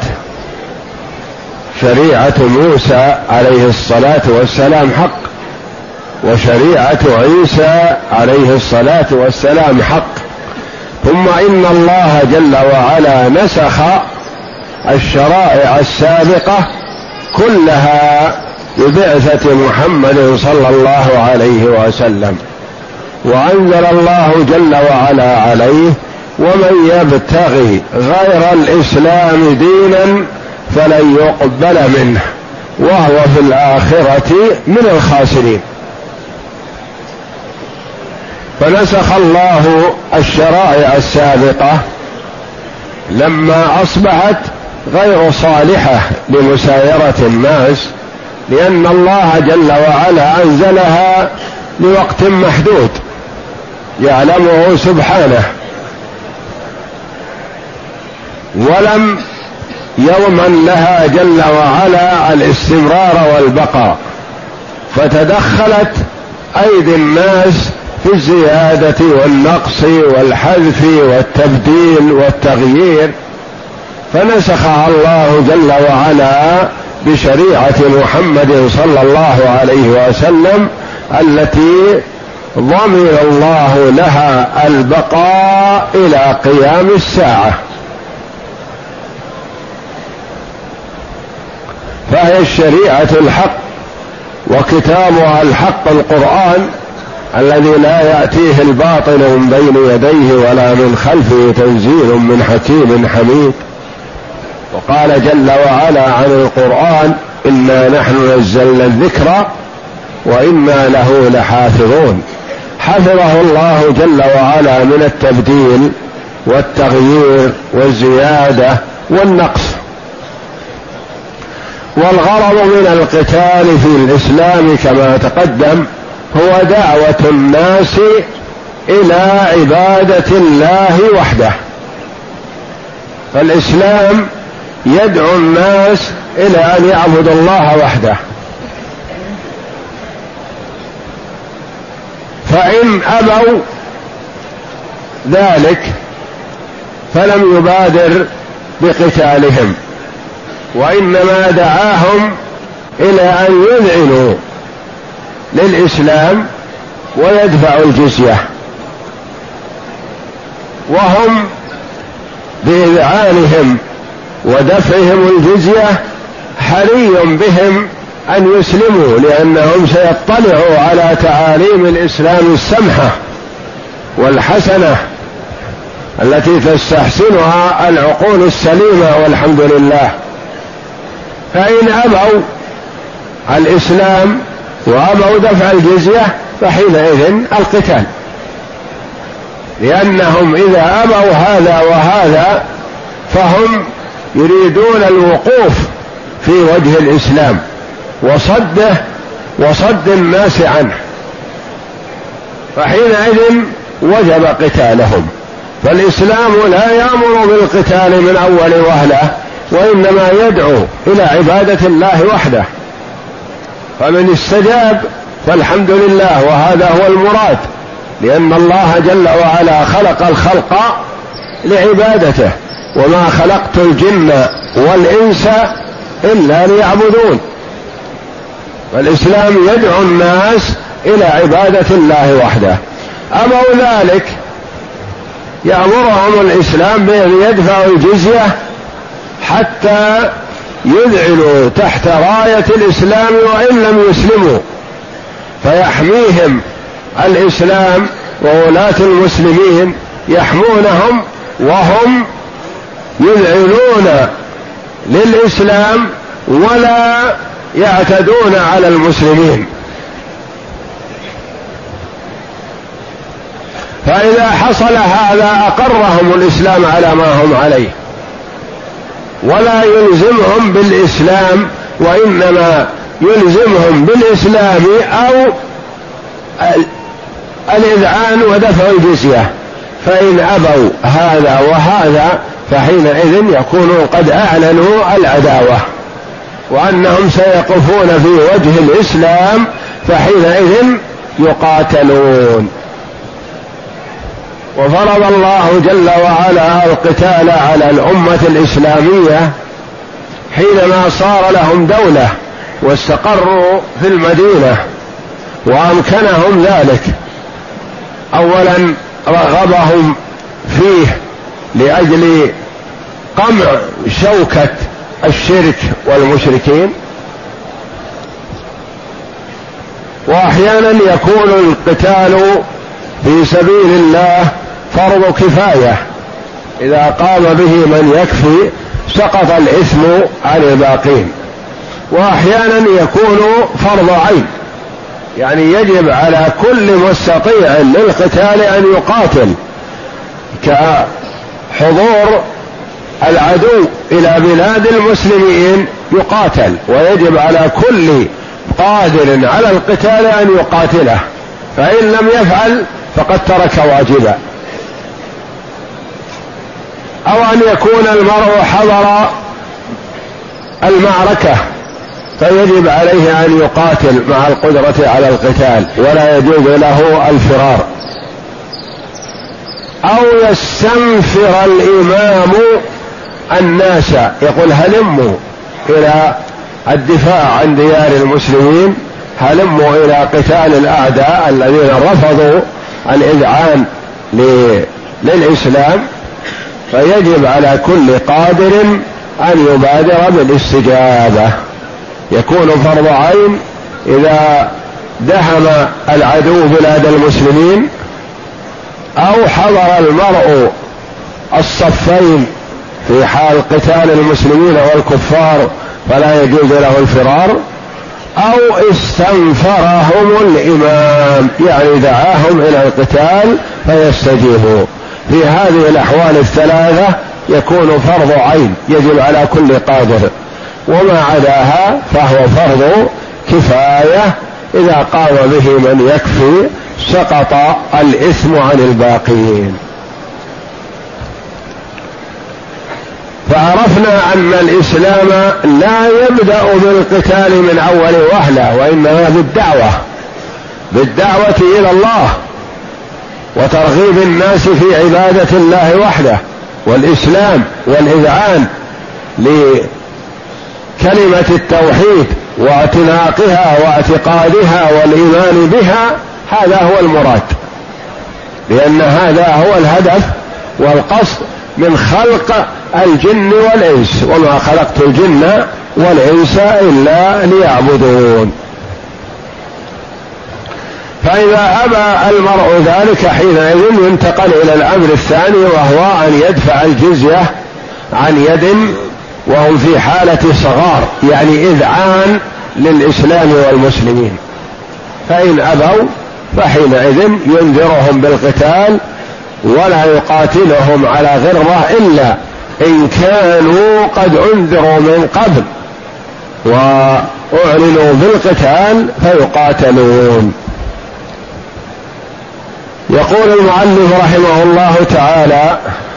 شريعة موسى عليه الصلاة والسلام حق، وشريعة عيسى عليه الصلاة والسلام حق. ثم إن الله جل وعلا نسخ الشرائع السابقة كلها ببعثة محمد صلى الله عليه وسلم، وأنزل الله جل وعلا عليه: ومن يبتغي غير الإسلام دينا فلن يقبل منه وهو في الآخرة من الخاسرين. فنسخ الله الشرائع السابقة لما أصبحت غير صالحة لمسايرة الناس، لأن الله جل وعلا أنزلها لوقت محدود يعلمه سبحانه، ولم يضمن لها جل وعلا الاستمرار والبقاء، فتدخلت أيدي الناس في الزيادة والنقص والحذف والتبديل والتغيير، فنسخها الله جل وعلا بشريعة محمد صلى الله عليه وسلم التي ضمن الله لها البقاء إلى قيام الساعة. فهي الشريعة الحق وكتابها الحق القرآن الذي لا يأتيه الباطل من بين يديه ولا من خلفه، تنزيل من حكيم حميد. وقال جل وعلا عن القرآن: إنا نحن نزلنا الذكر وإنا له لحافظون. حفظه الله جل وعلا من التبديل والتغيير والزيادة والنقص. والغرض من القتال في الإسلام كما تقدم هو دعوة الناس إلى عبادة الله وحده. فالإسلام يدعو الناس إلى أن يعبدوا الله وحده، فإن أبوا ذلك فلم يبادر بقتالهم، وإنما دعاهم إلى أن يذعنوا للإسلام ويدفعوا الجزية، وهم بإذعانهم ودفعهم الجزية حري بهم أن يسلموا، لأنهم سيطلعوا على تعاليم الإسلام السمحة والحسنة التي تستحسنها العقول السليمة والحمد لله. فإن أبوا الإسلام وأبوا دفع الجزية فحينئذ القتال، لأنهم إذا أبوا هذا وهذا فهم يريدون الوقوف في وجه الإسلام وصده وصد الناس عنه، فحينئذ وجب قتالهم. فالإسلام لا يأمر بالقتال من أول وهلة، وإنما يدعو إلى عبادة الله وحده. فمن استجاب فالحمد لله، وهذا هو المراد، لأن الله جل وعلا خلق الخلق لعبادته، وما خلقت الجن والإنس إلا ليعبدون. والإسلام يدعو الناس إلى عبادة الله وحده. أبوا ذلك يأمرهم الإسلام بأن يدفعوا الجزية حتى يذعنوا تحت راية الإسلام وإن لم يسلموا، فيحميهم الإسلام وولاة المسلمين يحمونهم وهم يذعنون للإسلام ولا يعتدون على المسلمين. فإذا حصل هذا أقرهم الإسلام على ما هم عليه، ولا يلزمهم بالإسلام، وإنما يلزمهم بالإسلام أو الإذعان ودفع الجزية. فإن أبوا هذا وهذا فحينئذ يكونوا قد أعلنوا العداوة وأنهم سيقفون في وجه الإسلام، فحينئذ يقاتلون. وفرض الله جل وعلا القتال على الأمة الإسلامية حينما صار لهم دولة واستقروا في المدينة وأمكنهم ذلك. أولا رغبهم فيه لأجل قمع شوكة الشرك والمشركين، وأحيانا يكون القتال في سبيل الله فرض كفاية، إذا قام به من يكفي سقط الإثم عن الباقين. وأحيانا يكون فرض عين، يعني يجب على كل مستطيع للقتال أن يقاتل، كحضور العدو إلى بلاد المسلمين يقاتل، ويجب على كل قادر على القتال أن يقاتله، فإن لم يفعل فقد ترك واجبا. أو أن يكون المرء حضر المعركة فيجب عليه أن يقاتل مع القدرة على القتال ولا يجوز له الفرار. أو يستنفر الإمام الناس، يقول هلموا إلى الدفاع عن ديار المسلمين، هلموا إلى قتال الأعداء الذين رفضوا الإذعان للإسلام، فيجب على كل قادر أن يبادر بالاستجابة. يكون فرض عين إذا دهم العدو بلاد المسلمين، أو حضر المرء الصفين في حال قتال المسلمين والكفار فلا يجوز له الفرار، أو استنفرهم الإمام، يعني دعاهم إلى القتال فيستجيبوا. في هذه الأحوال الثلاثة يكون فرض عين يجب على كل قادر، وما عداها فهو فرض كفاية، إذا قام به من يكفي سقط الإثم عن الباقين. فعرفنا أن الإسلام لا يبدأ بالقتال من أول وهلة، وإنما بالدعوة بالدعوة إلى الله وترغيب الناس في عبادة الله وحده والإسلام والإذعان لكلمة التوحيد واعتناقها واعتقادها والإيمان بها. هذا هو المراد، لأن هذا هو الهدف والقصد من خلق الجن والإنس، وما خلقت الجن والإنس إلا ليعبدون. فإذا أبى المرء ذلك حينئذ ينتقل إلى الأمر الثاني، وهو أن يدفع الجزية عن يد وهم في حالة صغار، يعني إذعان للإسلام والمسلمين. فإن أبوا فحينئذ ينذرهم بالقتال ولا يقاتلهم على غرة إلا إن كانوا قد أنذروا من قبل وأعلنوا بالقتال فيقاتلون. يقول المؤلف رحمه الله تعالى: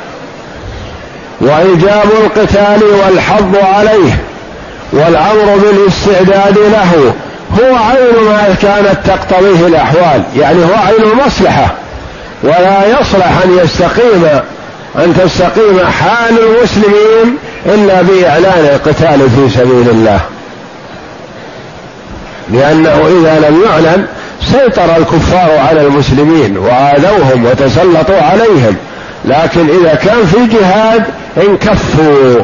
وإيجاب القتال والحظ عليه والأمر بالاستعداد له هو عين ما كانت تقتضيه الأحوال، يعني هو عين المصلحة، ولا يصلح أن يستقيم أن تستقيم حال المسلمين إلا بإعلان القتال في سبيل الله، لأنه إذا لم يعلن سيطر الكفار على المسلمين وآذوهم وتسلطوا عليهم، لكن إذا كان في جهاد انكفوا.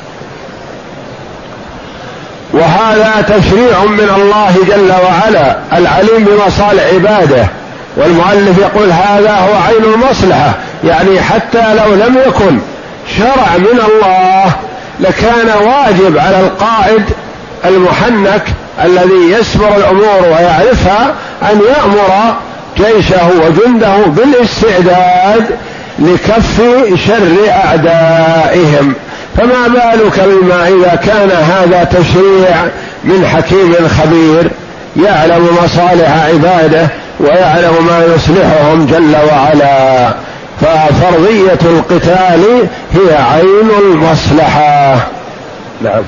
وهذا تشريع من الله جل وعلا العليم بمصالح عباده، والمؤلف يقول هذا هو عين المصلحة، يعني حتى لو لم يكن شرع من الله لكان واجب على القائد المحنك الذي يسبر الأمور ويعرفها أن يأمر جيشه وجنده بالاستعداد لكف شر أعدائهم، فما بالك بما إذا كان هذا تشريع من حكيم خبير يعلم مصالح عباده ويعلم ما يصلحهم جل وعلا. ففرضية القتال هي عين المصلحة. نعم.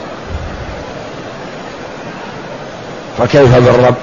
فكيف بالرب؟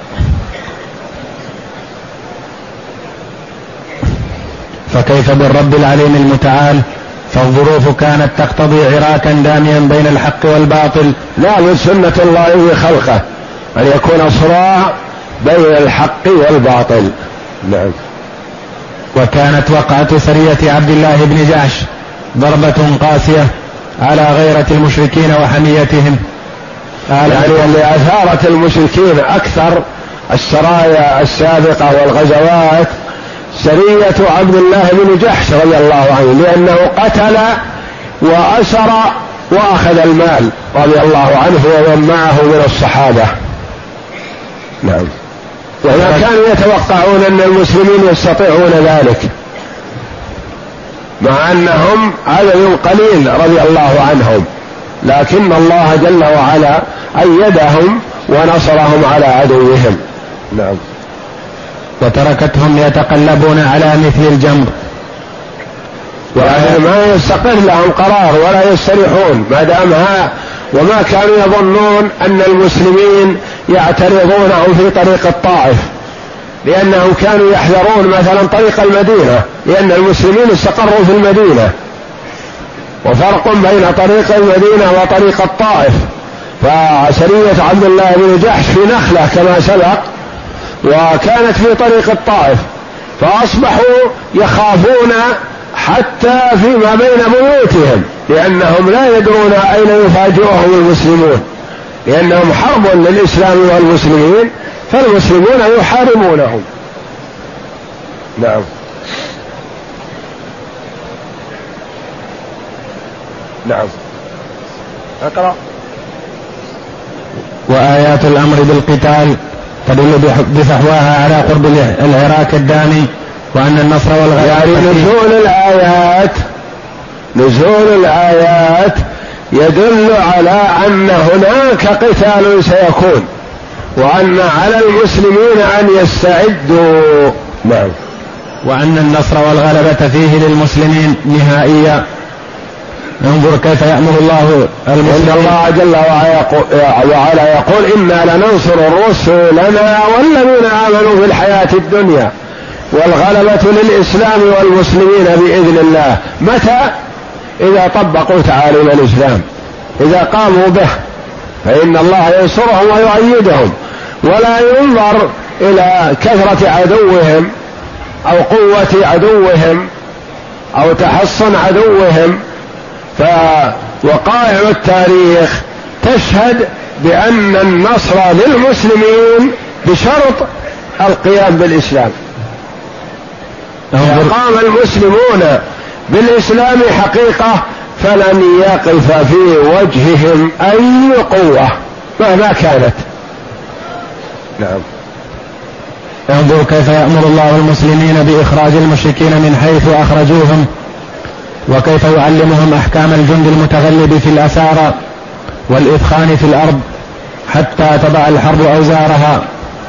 فكيف بالرب العليم المتعال؟ فالظروف كانت تقتضي عراكا داميا بين الحق والباطل. لا، من سنة الله في خلقه أن يكون صراع بين الحق والباطل. نعم. وكانت وقعة سرية عبد الله بن جعش ضربة قاسية على غيرة المشركين وحميتهم، يعني اللي أثارت المشركين أكثر السرايا السابقة والغزوات سرية عبد الله بن جحش رضي الله عنه، لأنه قتل وأسر وأخذ المال رضي الله عنه ومن معه من الصحابة. نعم. وما كانوا يتوقعون أن المسلمين يستطيعون ذلك، مع أنهم عدد قليل رضي الله عنهم، لكن الله جل وعلا أيدهم ونصرهم على عدوهم. نعم. وتركتهم يتقلبون على مثل الجمر، يعني ما يستقر لهم قرار ولا يستريحون ما دامها. وما كانوا يظنون أن المسلمين يعترضونهم في طريق الطائف، لأنهم كانوا يحذرون مثلا طريق المدينة، لأن المسلمين استقروا في المدينة، وفرق بين طريق المدينة وطريق الطائف. فسرية عبد الله بن جحش في نخلة كما سبق، وكانت في طريق الطائف، فأصبحوا يخافون حتى فيما بين بيوتهم، لأنهم لا يدرون أين يفاجئهم المسلمون، لأنهم حرب للإسلام والمسلمين، فالمسلمون يحاربونهم. نعم. نعم. اقرأ. وآيات الأمر بالقتال تدل بفحواها على قرب العراك الدامي، وأن النصر والغلبة يعني نزول الآيات نزول الآيات يدل على أن هناك قتال سيكون، وأن على المسلمين أن يستعدوا. نعم. وأن النصر والغلبة فيه للمسلمين نهائيا. انظر كيف يأمر الله المسلمين. إن الله جل وعلا يقول إنا لننصر رسلنا والذين آمنوا في الحياة الدنيا، والغلبة للإسلام والمسلمين بإذن الله. متى؟ إذا طبقوا تعاليم الإسلام، إذا قاموا به، فإن الله ينصرهم ويؤيدهم، ولا ينظر إلى كثرة عدوهم أو قوة عدوهم أو تحصن عدوهم. فوقائع التاريخ تشهد بأن النصر للمسلمين بشرط القيام بالإسلام. إذا قام المسلمون بالإسلام حقيقة فلن يقف في وجههم أي قوة مهما كانت. نعم. انظر كيف يأمر الله المسلمين بإخراج المشركين من حيث أخرجوهم، وكيف يعلمهم أحكام الجند المتغلب في الأسارى والإثخان في الأرض حتى تضع الحرب أوزارها.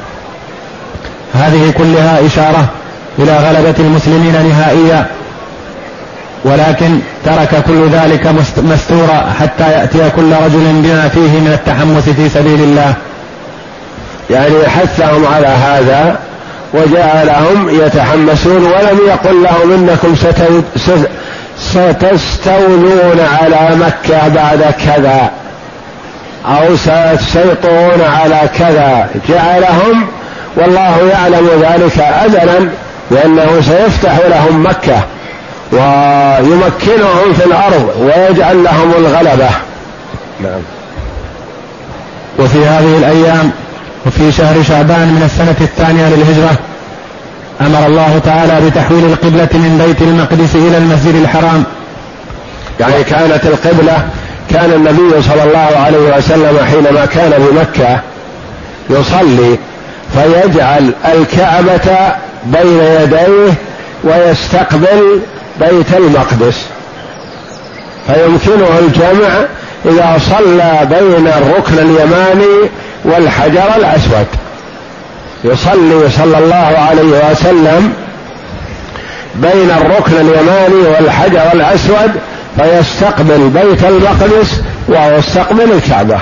هذه كلها إشارة إلى غلبة المسلمين نهائيا، ولكن ترك كل ذلك مستورا حتى يأتي كل رجل بما فيه من التحمس في سبيل الله. يعني حثهم على هذا وجعلهم يتحمسون، ولم يقل لهم إنكم ستستولون على مكة بعد كذا أو ستسيطرون على كذا، جعلهم والله يعلم ذلك أزلا لأنه سيفتح لهم مكة ويمكنهم في الأرض ويجعل لهم الغلبة. نعم. وفي هذه الأيام وفي شهر شعبان من السنة الثانية للهجرة أمر الله تعالى بتحويل القبلة من بيت المقدس إلى المسجد الحرام. يعني كانت القبلة، كان النبي صلى الله عليه وسلم حينما كان بمكة يصلي فيجعل الكعبة بين يديه ويستقبل بيت المقدس، فيمكنه الجمع إذا صلى بين الركن اليماني والحجر الأسود. يصلي صلى الله عليه وسلم بين الركن اليماني والحجر الأسود فيستقبل بيت المقدس ويستقبل الكعبة.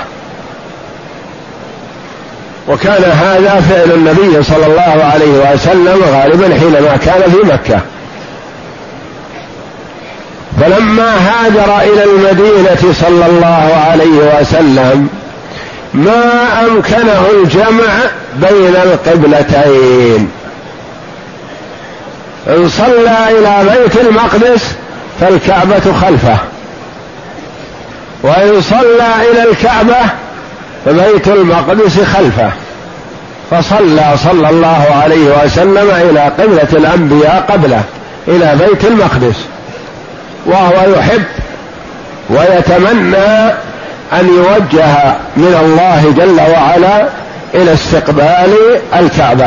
وكان هذا فعل النبي صلى الله عليه وسلم غالبا حينما كان في مكة. فلما هاجر إلى المدينة صلى الله عليه وسلم ما أمكنه الجمع بين القبلتين، إن صلى إلى بيت المقدس فالكعبة خلفه، وإن صلى إلى الكعبة فبيت المقدس خلفه، فصلى صلى الله عليه وسلم إلى قبلة الأنبياء قبله إلى بيت المقدس، وهو يحب ويتمنى أن يوجه من الله جل وعلا إلى استقبال الكعبة.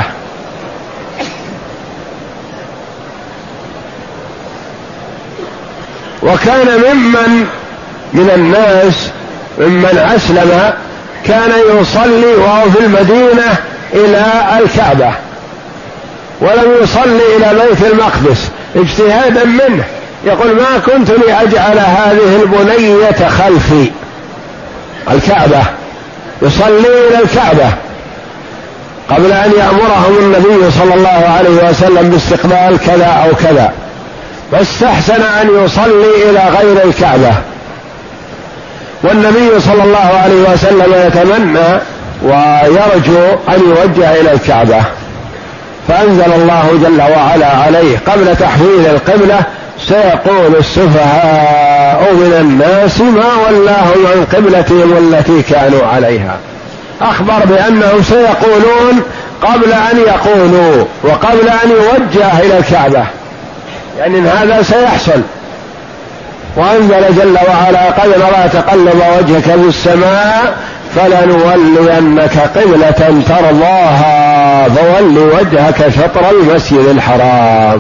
وكان ممن من الناس ممن أسلم كان يصلي وهو في المدينة إلى الكعبة ولم يصلي إلى بيت المقدس اجتهادا منه، يقول ما كنت لأجعل هذه البنية خلفي الكعبة، يصلي إلى الكعبة قبل أن يأمرهم النبي صلى الله عليه وسلم باستقبال كذا أو كذا، فاستحسن أن يصلي إلى غير الكعبة. والنبي صلى الله عليه وسلم يتمنى ويرجو أن يوجه إلى الكعبة، فأنزل الله جل وعلا عليه قبل تحويل القبلة سيقول السفهاء من الناس ما ولاهم عن قبلتهم التي كانوا عليها. أخبر بأنهم سيقولون قبل أن يقولوا وقبل أن يوجه إلى الكعبة، يعني إن هذا سيحصل. وأنزل جل وعلا قد نرى تقلب وجهك في السماء فلنولينك قبلة ترضاها فول وجهك شطر المسجد الحرام.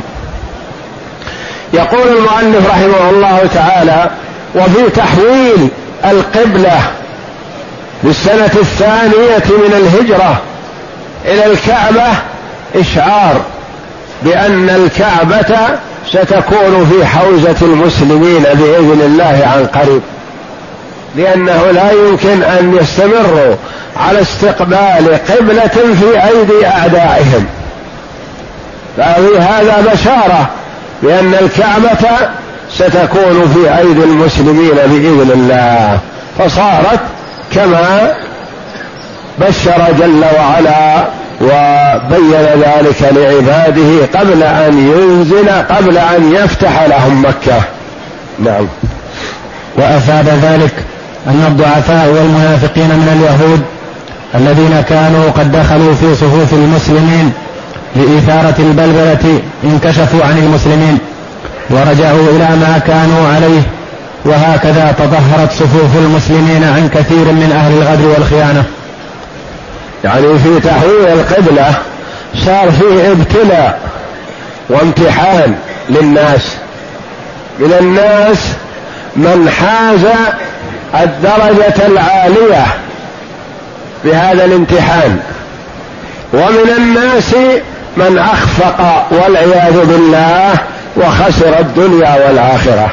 يقول المؤلف رحمه الله تعالى: وفي تحويل القبلة في السنة الثانية من الهجرة إلى الكعبة إشعار بأن الكعبة ستكون في حوزة المسلمين بإذن الله عن قريب، لأنه لا يمكن أن يستمروا على استقبال قبلة في أيدي أعدائهم، ففي هذا بشارة بأن الكعبة ستكون في أيدي المسلمين بإذن الله، فصارت كما بشر جل وعلا وبين ذلك لعباده قبل أن ينزل قبل أن يفتح لهم مكة. نعم. وأفاد ذلك أن الضعفاء والمنافقين من اليهود الذين كانوا قد دخلوا في صفوف المسلمين لإثارة البلبلة انكشفوا عن المسلمين ورجعوا إلى ما كانوا عليه، وهكذا تطهرت صفوف المسلمين عن كثير من أهل الغدر والخيانة. يعني في تحويل القبلة صار فيه ابتلاء وامتحان للناس، من الناس من حاز الدرجة العالية بهذا الامتحان، ومن الناس من أخفق والعياذ بالله وخسر الدنيا والآخرة.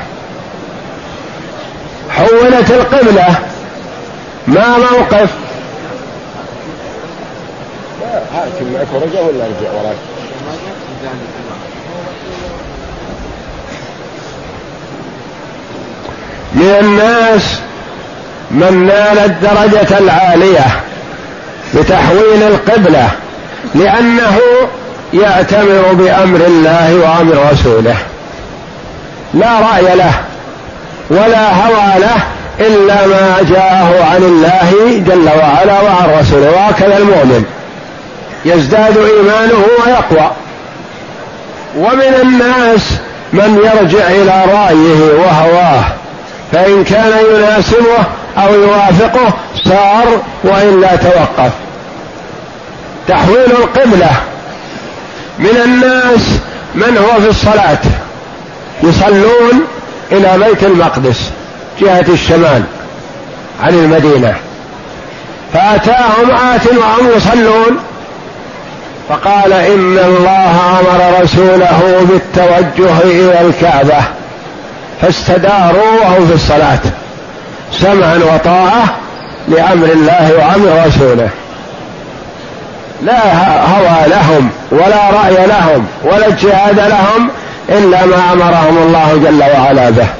حولت القبلة، ما موقف هاكم معك ورجع ولا ارجع وراك؟ من الناس من نال الدرجة العالية بتحويل القبلة لأنه يأتمر بأمر الله وأمر رسوله، لا رأي له ولا هوى له إلا ما جاءه عن الله جل وعلا وعن رسوله. وهكذا المؤمن يزداد إيمانه ويقوى. ومن الناس من يرجع إلى رأيه وهواه، فإن كان يناسبه أو يوافقه سار وإلا توقف. تحويل القبلة: من الناس من هو في الصلاة يصلون إلى بيت المقدس جهة الشمال عن المدينة، فأتاهم آت وهم يصلون فقال إن الله أمر رسوله بالتوجه إلى الكعبة، فاستداروا وهم في الصلاة سمعا وطاعة لأمر الله وأمر رسوله، لا هوى لهم ولا رأي لهم ولا اجتهاد لهم إلا ما أمرهم الله جل وعلا به.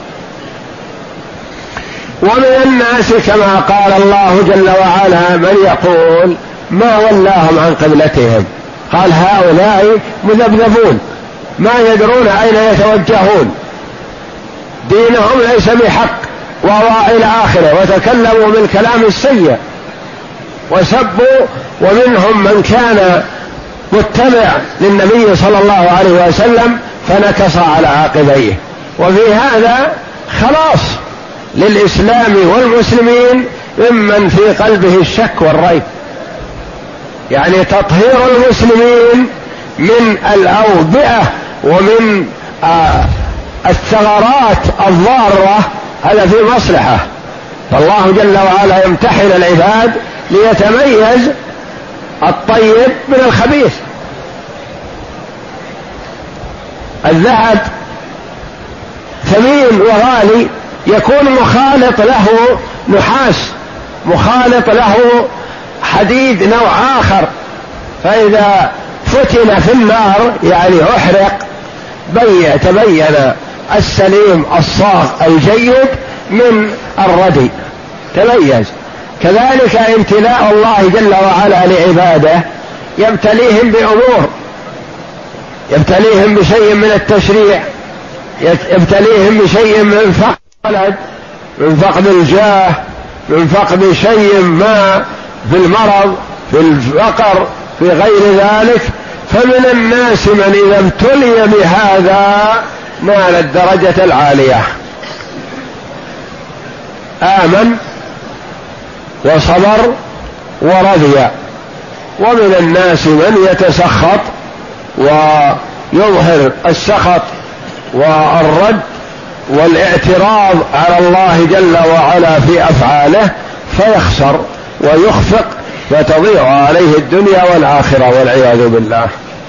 ومن الناس كما قال الله جل وعلا من يقول ما ولاهم عن قبلتهم، قال هؤلاء مذبذبون ما يدرون أين يتوجهون، دينهم ليس بحق، وهو إلى آخره، وتكلموا بالكلام السيء وسبوا. ومنهم من كان متبع للنبي صلى الله عليه وسلم فنكص على عقبيه. وفي هذا خلاص للإسلام والمسلمين ممن في قلبه الشك والريب، يعني تطهير المسلمين من الأوبئة ومن آه الثغرات الضارة، هذا في مصلحة. فالله جل وعلا يمتحن العباد ليتميز الطيب من الخبيث. الذهب ثمين وغالي يكون مخالط له نحاس، مخالط له حديد نوع آخر، فإذا فتن في النار يعني أحرق بي تبين السليم الصاغ الجيد من الردي تميز. كذلك امتلاء الله جل وعلا لعباده يبتليهم بأمور، يبتليهم بشيء من التشريع، يبتليهم بشيء من فقد الولد، من فقد الجاه، من فقد شيء ما في المرض، في الفقر، في غير ذلك. فمن الناس من إذا ابتلي بهذا نال الدرجة العالية، آمن وصبر ورضي. ومن الناس من يتسخط ويظهر السخط والرد والاعتراض على الله جل وعلا في أفعاله فيخسر ويخفق فتضيع عليه الدنيا والآخرة والعياذ بالله.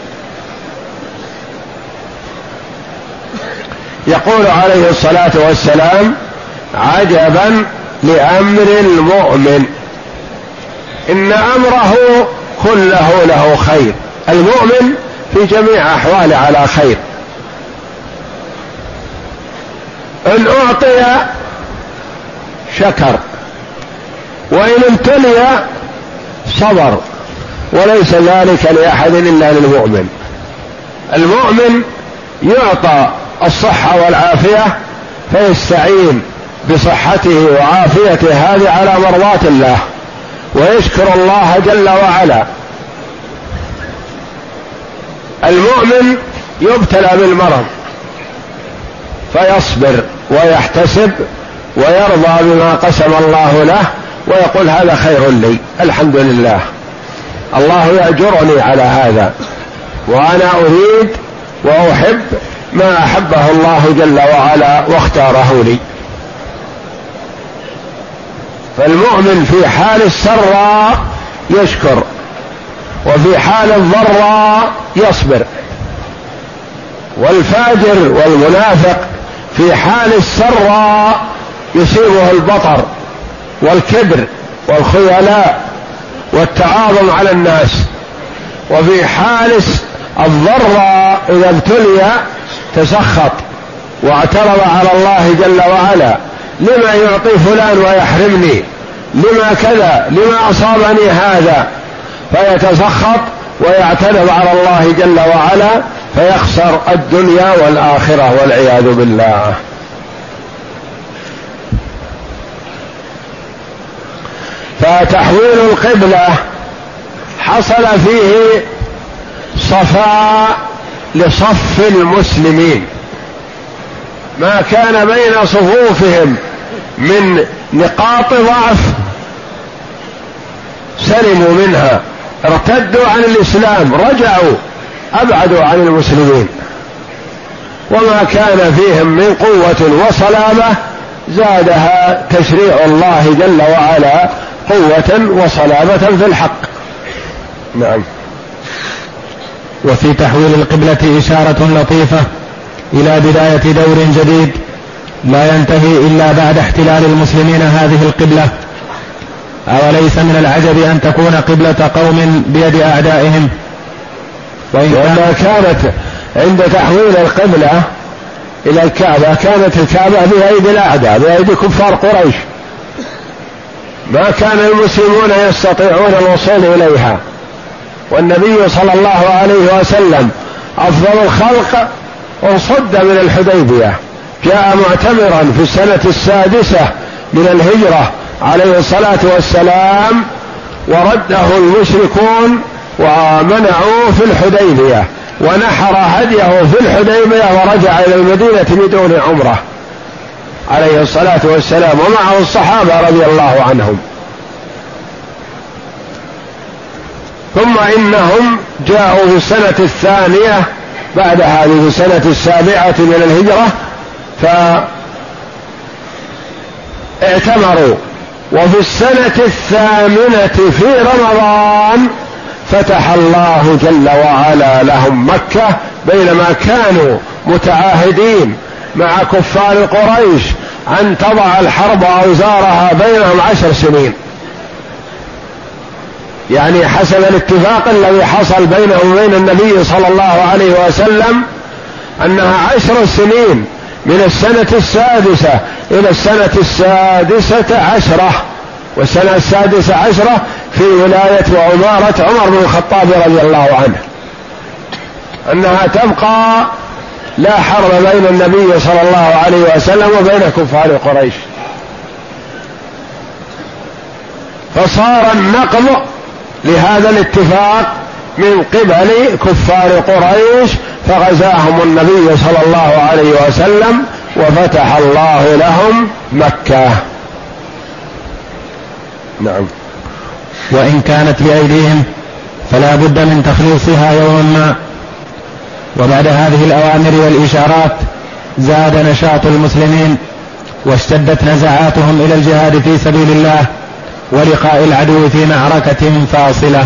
يقول عليه الصلاة والسلام عجبا لأمر المؤمن إن أمره كله له خير. المؤمن في جميع أحواله على خير، إن أعطي شكر، وإن ابتلي صبر، وليس ذلك لأحد إلا للمؤمن. المؤمن يعطى الصحة والعافية فيستعين بصحته وعافيته هذه على مرضاة الله ويشكر الله جل وعلا. المؤمن يبتلى بالمرض فيصبر ويحتسب ويرضى بما قسم الله له ويقول هذا خير لي، الحمد لله، الله يأجرني على هذا، وأنا أريد وأحب ما أحبه الله جل وعلا واختاره لي. فالمؤمن في حال السراء يشكر، وفي حال الضراء يصبر. والفاجر والمنافق في حال السراء يصيبه البطر والكبر والخيلاء والتعاظم على الناس، وفي حال الضراء إذا ابتلي تسخط واعترض على الله جل وعلا لما يعطي فلان ويحرمني، لما كذا، لما أصابني هذا، فيتسخط ويعترض على الله جل وعلا فيخسر الدنيا والآخرة والعياذ بالله. فتحويل القبلة حصل فيه صفاء لصف المسلمين، ما كان بين صفوفهم من نقاط ضعف سلموا منها، ارتدوا عن الإسلام، رجعوا أبعدوا عن المسلمين، وما كان فيهم من قوة وصلابة زادها تشريع الله جل وعلا قوة وصلابة في الحق. نعم. وفي تحويل القبلة إشارة لطيفة إلى بداية دور جديد لا ينتهي إلا بعد احتلال المسلمين هذه القبلة. أوليس من العجب أن تكون قبلة قوم بيد أعدائهم؟ وما كانت عند تحويل القبلة إلى الكعبة كانت الكعبة بأيدي الأعداء، بأيدي كفار قريش، ما كان المسلمون يستطيعون الوصول إليها. والنبي صلى الله عليه وسلم أفضل الخلق انصد من الحديبية، جاء معتمرا في السنة السادسة من الهجرة عليه الصلاة والسلام، ورده المشركون ومنعوه في الحديبية، ونحر هديه في الحديبية ورجع إلى المدينة بدون عمره عليه الصلاة والسلام، ومعه الصحابة رضي الله عنهم. ثم إنهم جاءوا في السنة الثانية بعد هذه في السنة السابعة من الهجرة فاعتمروا، وفي السنة الثامنة في رمضان فتح الله جل وعلا لهم مكة، بينما كانوا متعاهدين مع كفار قريش أن تضع الحرب أوزارها بينهم عشر سنين، يعني حسب الاتفاق الذي حصل بينهم وبين النبي صلى الله عليه وسلم أنها عشر سنين من السنة السادسة إلى السنة السادسة عشرة، والسنة السادسة عشرة في ولاية وعمارة عمر بن الخطاب رضي الله عنه، أنها تبقى لا حرب بين النبي صلى الله عليه وسلم وبين كفار قريش. فصار النقض لهذا الاتفاق من قبل كفار قريش، فغزاهم النبي صلى الله عليه وسلم وفتح الله لهم مكة. نعم. وإن كانت بأيديهم فلا بد من تخليصها يوما ما. وبعد هذه الأوامر والإشارات زاد نشاط المسلمين واشتدت نزعاتهم إلى الجهاد في سبيل الله ولقاء العدو في معركة فاصلة.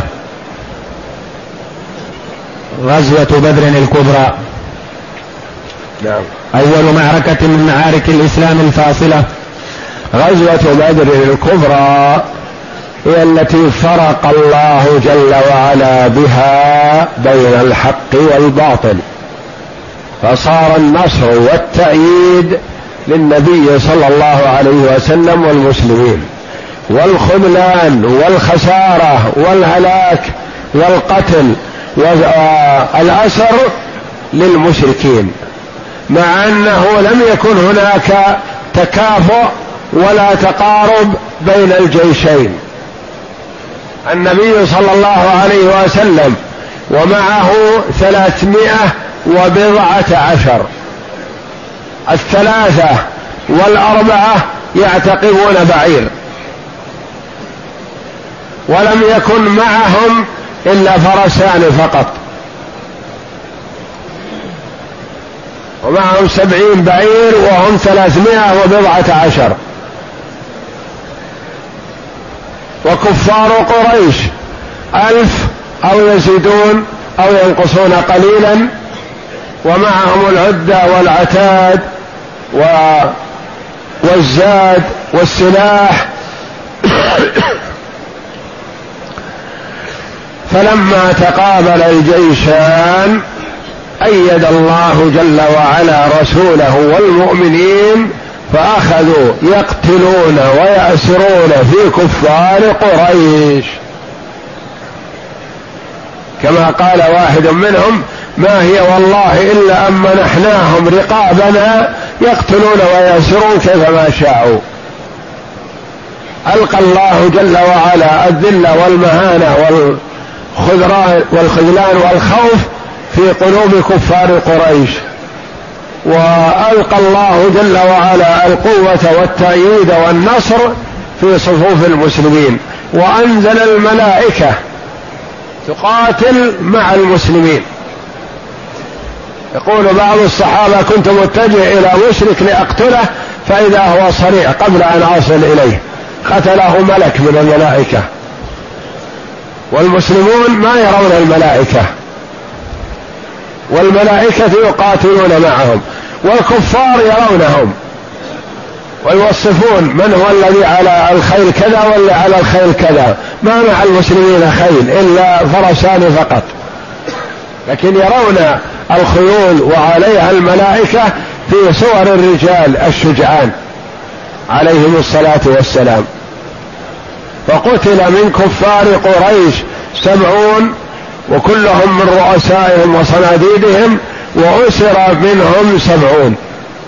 غزوة بدر الكبرى. نعم. أول معركة من معارك الإسلام الفاصلة. غزوة بدر الكبرى هي التي فرق الله جل وعلا بها بين الحق والباطل، فصار النصر والتأييد للنبي صلى الله عليه وسلم والمسلمين، والخذلان والخسارة والهلاك والقتل والأسر للمشركين، مع أنه لم يكن هناك تكافؤ ولا تقارب بين الجيشين. النبي صلى الله عليه وسلم ومعه ثلاثمائة وبضعة عشر، الثلاثة والأربعة يعتقبون بعير، ولم يكن معهم إلا فرسان فقط، ومعهم سبعين بعير وهم ثلاثمائة وبضعة عشر. وكفار قريش ألف أو يزيدون أو ينقصون قليلا، ومعهم العدة والعتاد والزاد والسلاح. فلما تقابل الجيشان أيد الله جل وعلا رسوله والمؤمنين، فأخذوا يقتلون ويأسرون في كفار قريش، كما قال واحد منهم: ما هي والله إلا أن منحناهم رقابنا يقتلون ويأسرون كيفما شاءوا. ألقى الله جل وعلا الذل والمهانة والخذلان والخوف في قلوب كفار قريش، وألقى الله جل وعلا القوة والتأييد والنصر في صفوف المسلمين، وأنزل الملائكة تقاتل مع المسلمين. يقول بعض الصحابة: كنت متجه إلى مشرك لأقتله فإذا هو صريع قبل أن أصل إليه، قتله ملك من الملائكة. والمسلمون ما يرون الملائكة، والملائكة يقاتلون معهم، والكفار يرونهم ويوصفون من هو الذي على الخيل كذا واللي على الخيل كذا. ما مع المسلمين خيل إلا فرسان فقط، لكن يرون الخيول وعليها الملائكة في صور الرجال الشجعان عليهم الصلاة والسلام. فقتل من كفار قريش سبعون، وكلهم من رؤسائهم وصناديدهم، وأسر منهم سبعون.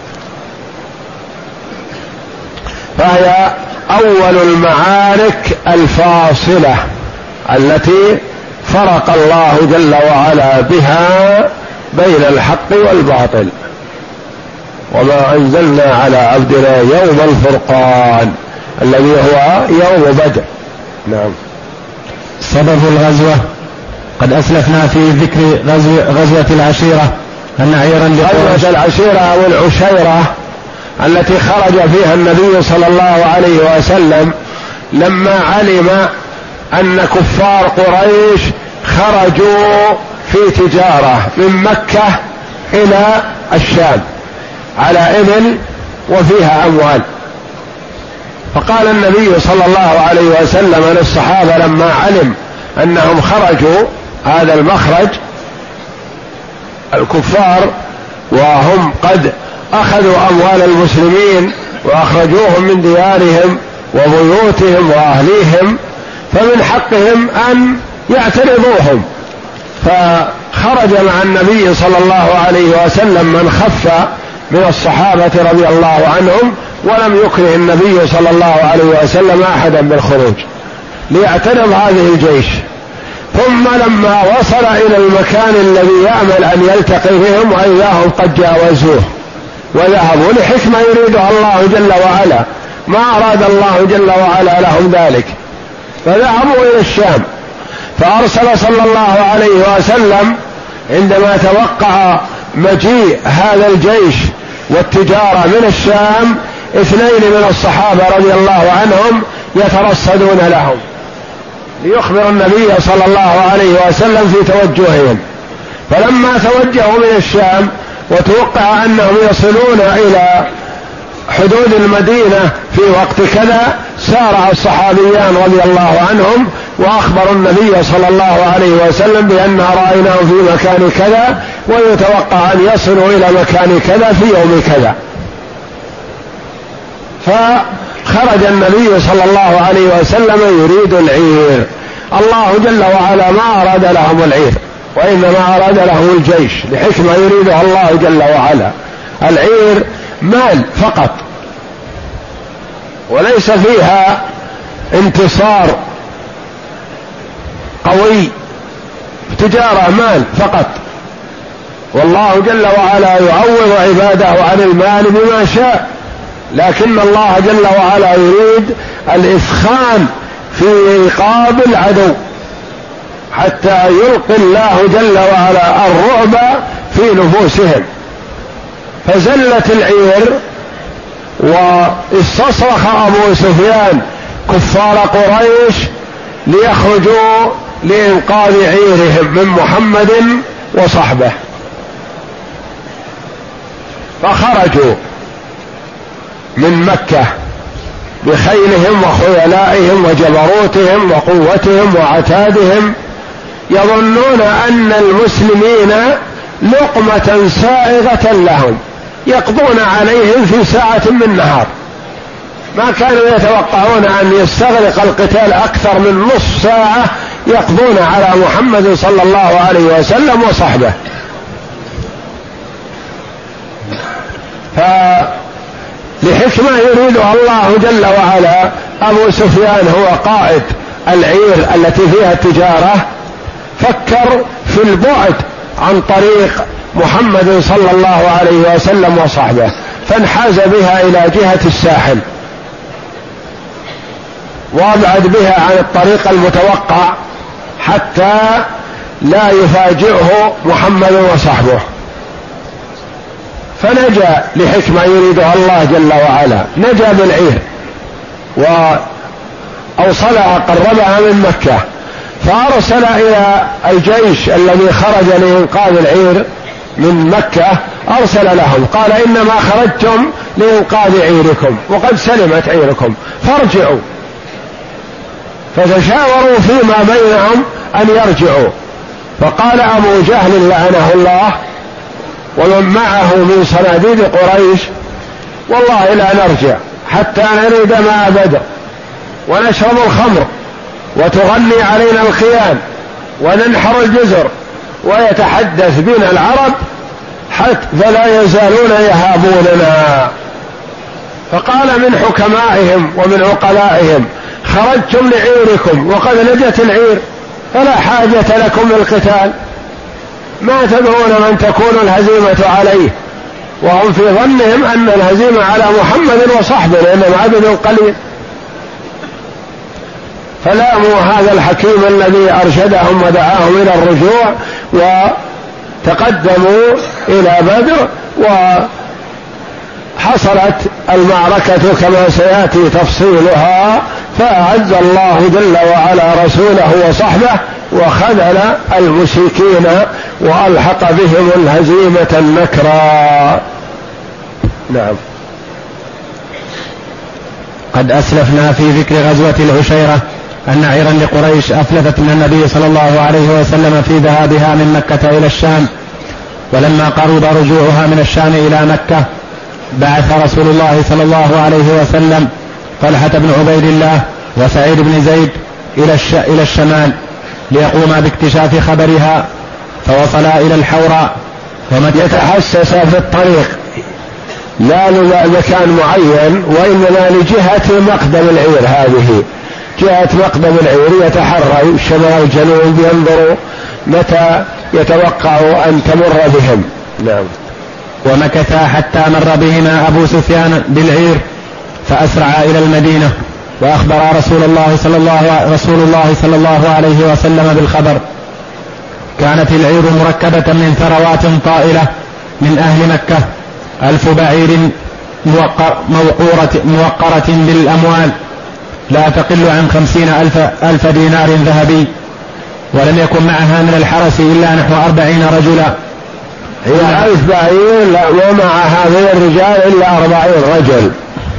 فهي أول المعارك الفاصلة التي فرق الله جل وعلا بها بين الحق والباطل. وما أنزلنا على عبدنا يوم الفرقان الذي هو يوم بدر. نعم. سبب الغزوة قد أسلفنا في ذكر غزو غزوة العشيرة أن عيرا لقريش. غزوة العشيرة أو العشيرة التي خرج فيها النبي صلى الله عليه وسلم لما علم أن كفار قريش خرجوا في تجارة من مكة إلى الشام على إبل وفيها أموال. فقال النبي صلى الله عليه وسلم للصحابة لما علم أنهم خرجوا هذا المخرج الكفار وهم قد أخذوا أموال المسلمين وأخرجوهم من ديارهم وبيوتهم وأهليهم، فمن حقهم أن يعترضوهم. فخرج مع النبي صلى الله عليه وسلم من خف من الصحابة رضي الله عنهم، ولم يكره النبي صلى الله عليه وسلم أحدا بالخروج ليعترض هذه الجيش. ثم لما وصل إلى المكان الذي يأمل أن يلتقي بهم وإذا هم قد جاوزوه وذهبوا لحكمة يريدها الله جل وعلا، ما أراد الله جل وعلا لهم ذلك، فذهبوا إلى الشام. فأرسل صلى الله عليه وسلم عندما توقع مجيء هذا الجيش والتجارة من الشام اثنين من الصحابة رضي الله عنهم يترصدون لهم ليخبر النبي صلى الله عليه وسلم في توجههم. فلما توجهوا من الشام وتوقع أنهم يصلون إلى حدود المدينة في وقت كذا، سارع الصحابيان رضي الله عنهم وأخبروا النبي صلى الله عليه وسلم بأن رأيناهم في مكان كذا ويتوقع أن يصلوا إلى مكان كذا في يوم كذا. فخرج النبي صلى الله عليه وسلم يريد العير. الله جل وعلا ما أراد لهم العير، وإنما أراد لهم الجيش لحكمة يريدها الله جل وعلا. العير مال فقط، وليس فيها انتصار قوي، تجارة مال فقط، والله جل وعلا يعوض عباده عن المال بما شاء، لكن الله جل وعلا يريد الإثخان في رقاب العدو حتى يلقي الله جل وعلا الرعب في نفوسهم. فزلت العير واستصرخ أبو سفيان كفار قريش ليخرجوا لإنقاذ عيرهم من محمد وصحبه، فخرجوا من مكة بخيلهم وخيلائهم وجبروتهم وقوتهم وعتادهم، يظنون أن المسلمين لقمة سائغة لهم يقضون عليهم في ساعة من نهار، ما كانوا يتوقعون أن يستغرق القتال أكثر من نصف ساعة يقضون على محمد صلى الله عليه وسلم وصحبه. فلحكمة يريدها الله جل وعلا، أبو سفيان هو قائد العير التي فيها التجارة، فكر في البعد عن طريق محمد صلى الله عليه وسلم وصحبه، فانحاز بها إلى جهة الساحل وابعد بها عن الطريق المتوقع حتى لا يفاجئه محمد وصحبه، فنجا لحكمة يريدها الله جل وعلا، نجا بالعير وأوصلها قربها من مكة، فأرسل إلى الجيش الذي خرج لإنقاذ العير من مكة، أرسل لهم قال إنما خرجتم لإنقاذ عيركم وقد سلمت عيركم فارجعوا، فتشاوروا فيما بينهم أن يرجعوا، فقال أبو جهل لعنه الله ومن معه من صناديد قريش والله لا نرجع حتى نريد ماء بدر ونشرب الخمر وتغني علينا الخيام وننحر الجزر ويتحدث بنا العرب حتى فلا يزالون يهابوننا. فقال من حكمائهم ومن عقلائهم خرجتم لعيركم وقد نجت العير فلا حاجة لكم بالقتال، ما تدرون من تكون الهزيمة عليه، وهم في ظنهم أن الهزيمة على محمد وصحبه لأنهم عدد قليل. فلاموا هذا الحكيم الذي أرشدهم ودعاهم إلى الرجوع وتقدموا إلى بدر، وحصلت المعركة كما سيأتي تفصيلها، فأعز الله جل وعلا رسوله وصحبه وخذل المشركين وألحق بهم الهزيمة النكرى. نعم. قد أسلفنا في ذكر غزوة العشيرة أن عيرا لقريش أفلتت من النبي صلى الله عليه وسلم في ذهابها من مكة إلى الشام، ولما قرب رجوعها من الشام إلى مكة بعث رسول الله صلى الله عليه وسلم طلحة بن عبيد الله وسعيد بن زيد إلى, الش... إلى الشمال ليقوما باكتشاف خبرها، فوصلا إلى الحوراء يتحسس في الطريق لا لمكان معين وإنما لجهة مقدم العير، هذه جهة مقدم العير يتحرى شمال جنوب ينظروا متى يتوقع أن تمر بهم. نعم. ومكثا حتى مر بهما أبو سفيان بالعير فأسرعا إلى المدينة، وأخبر رسول الله صلى الله رسول الله صلى الله عليه وسلم بالخبر. كانت العير مركبة من ثروات طائلة من أهل مكة، ألف بعير موقر موقورة موقرة بالأموال لا تقل عن خمسين ألف, ألف دينار ذهبي، ولم يكن معها من الحرس إلا نحو أربعين رجلا. هي ألف بعير ومعها من الرجال إلا أربعين رجل.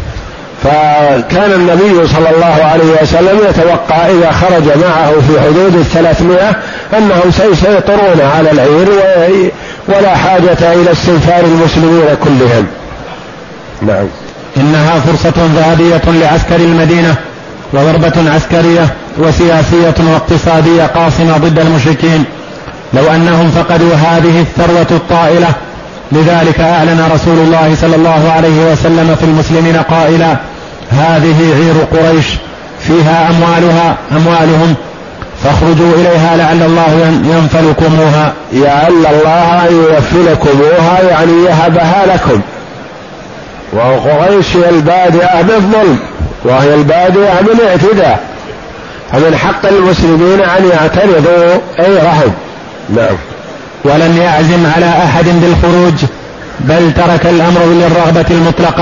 فكان النبي صلى الله عليه وسلم يتوقع إذا خرج معه في حدود الثلاثمائة أنهم سيسيطرون على العير ولا حاجة إلى استنفار المسلمين كلهم. نعم. إنها فرصة ذهبية لعسكر المدينة وضربة عسكرية وسياسية واقتصادية قاصمة ضد المشركين لو أنهم فقدوا هذه الثروة الطائلة. لذلك أعلن رسول الله صلى الله عليه وسلم في المسلمين قائلا: هذه عير قريش فيها أموالها أموالهم فاخرجوا إليها لعل الله ينفلكموها. لعل الله ينفلكموها يعني يهبها لكم. وقريش هي البادئة بالظلم وهي البادئة بالاعتداء، فمن حق المسلمين أن يعترضوا عيرهم. نعم. ولم يعزم على أحد بالخروج، بل ترك الأمر للرغبة المطلقة،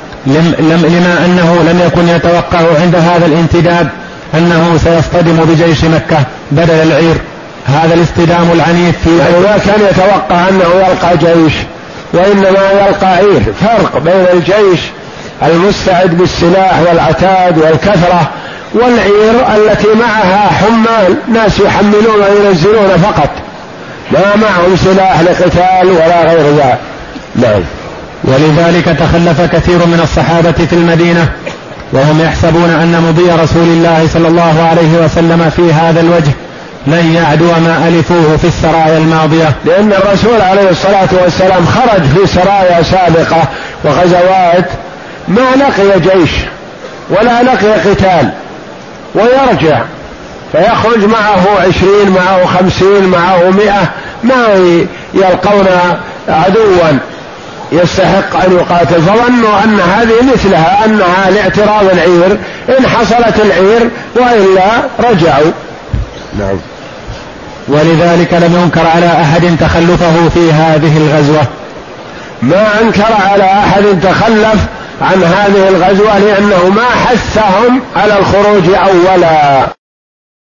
لما أنه لم يكن يتوقع عند هذا الانتداب أنه سيصطدم بجيش مكة بدل العير. هذا الاصطدام العنيف في يعني ما كان يتوقع أنه يلقى جيش وإنما يلقى عير. فرق بين الجيش المستعد بالسلاح والعتاد والكثرة والعير التي معها حمال، ناس يحملون وينزلون فقط، ما معهم سلاح لقتال ولا غير ذلك. نعم. ولذلك تخلف كثير من الصحابة في المدينة وهم يحسبون أن مضي رسول الله صلى الله عليه وسلم في هذا الوجه لن يعدو ما ألفوه في السرايا الماضية، لأن الرسول عليه الصلاة والسلام خرج في سرايا سابقة وغزوات ما لقي جيش ولا لقي قتال ويرجع، فيخرج معه عشرين معه خمسين معه مئة، ما يلقون عدوا يستحق أن يقاتل، فظنوا أن هذه مثلها أنها لاعتراض العير إن حصلت العير وإلا رجعوا. نعم. ولذلك لم ينكر على أحد تخلفه في هذه الغزوة، ما أنكر على أحد تخلف عن هذه الغزوة لأنه ما حثهم على الخروج أولا.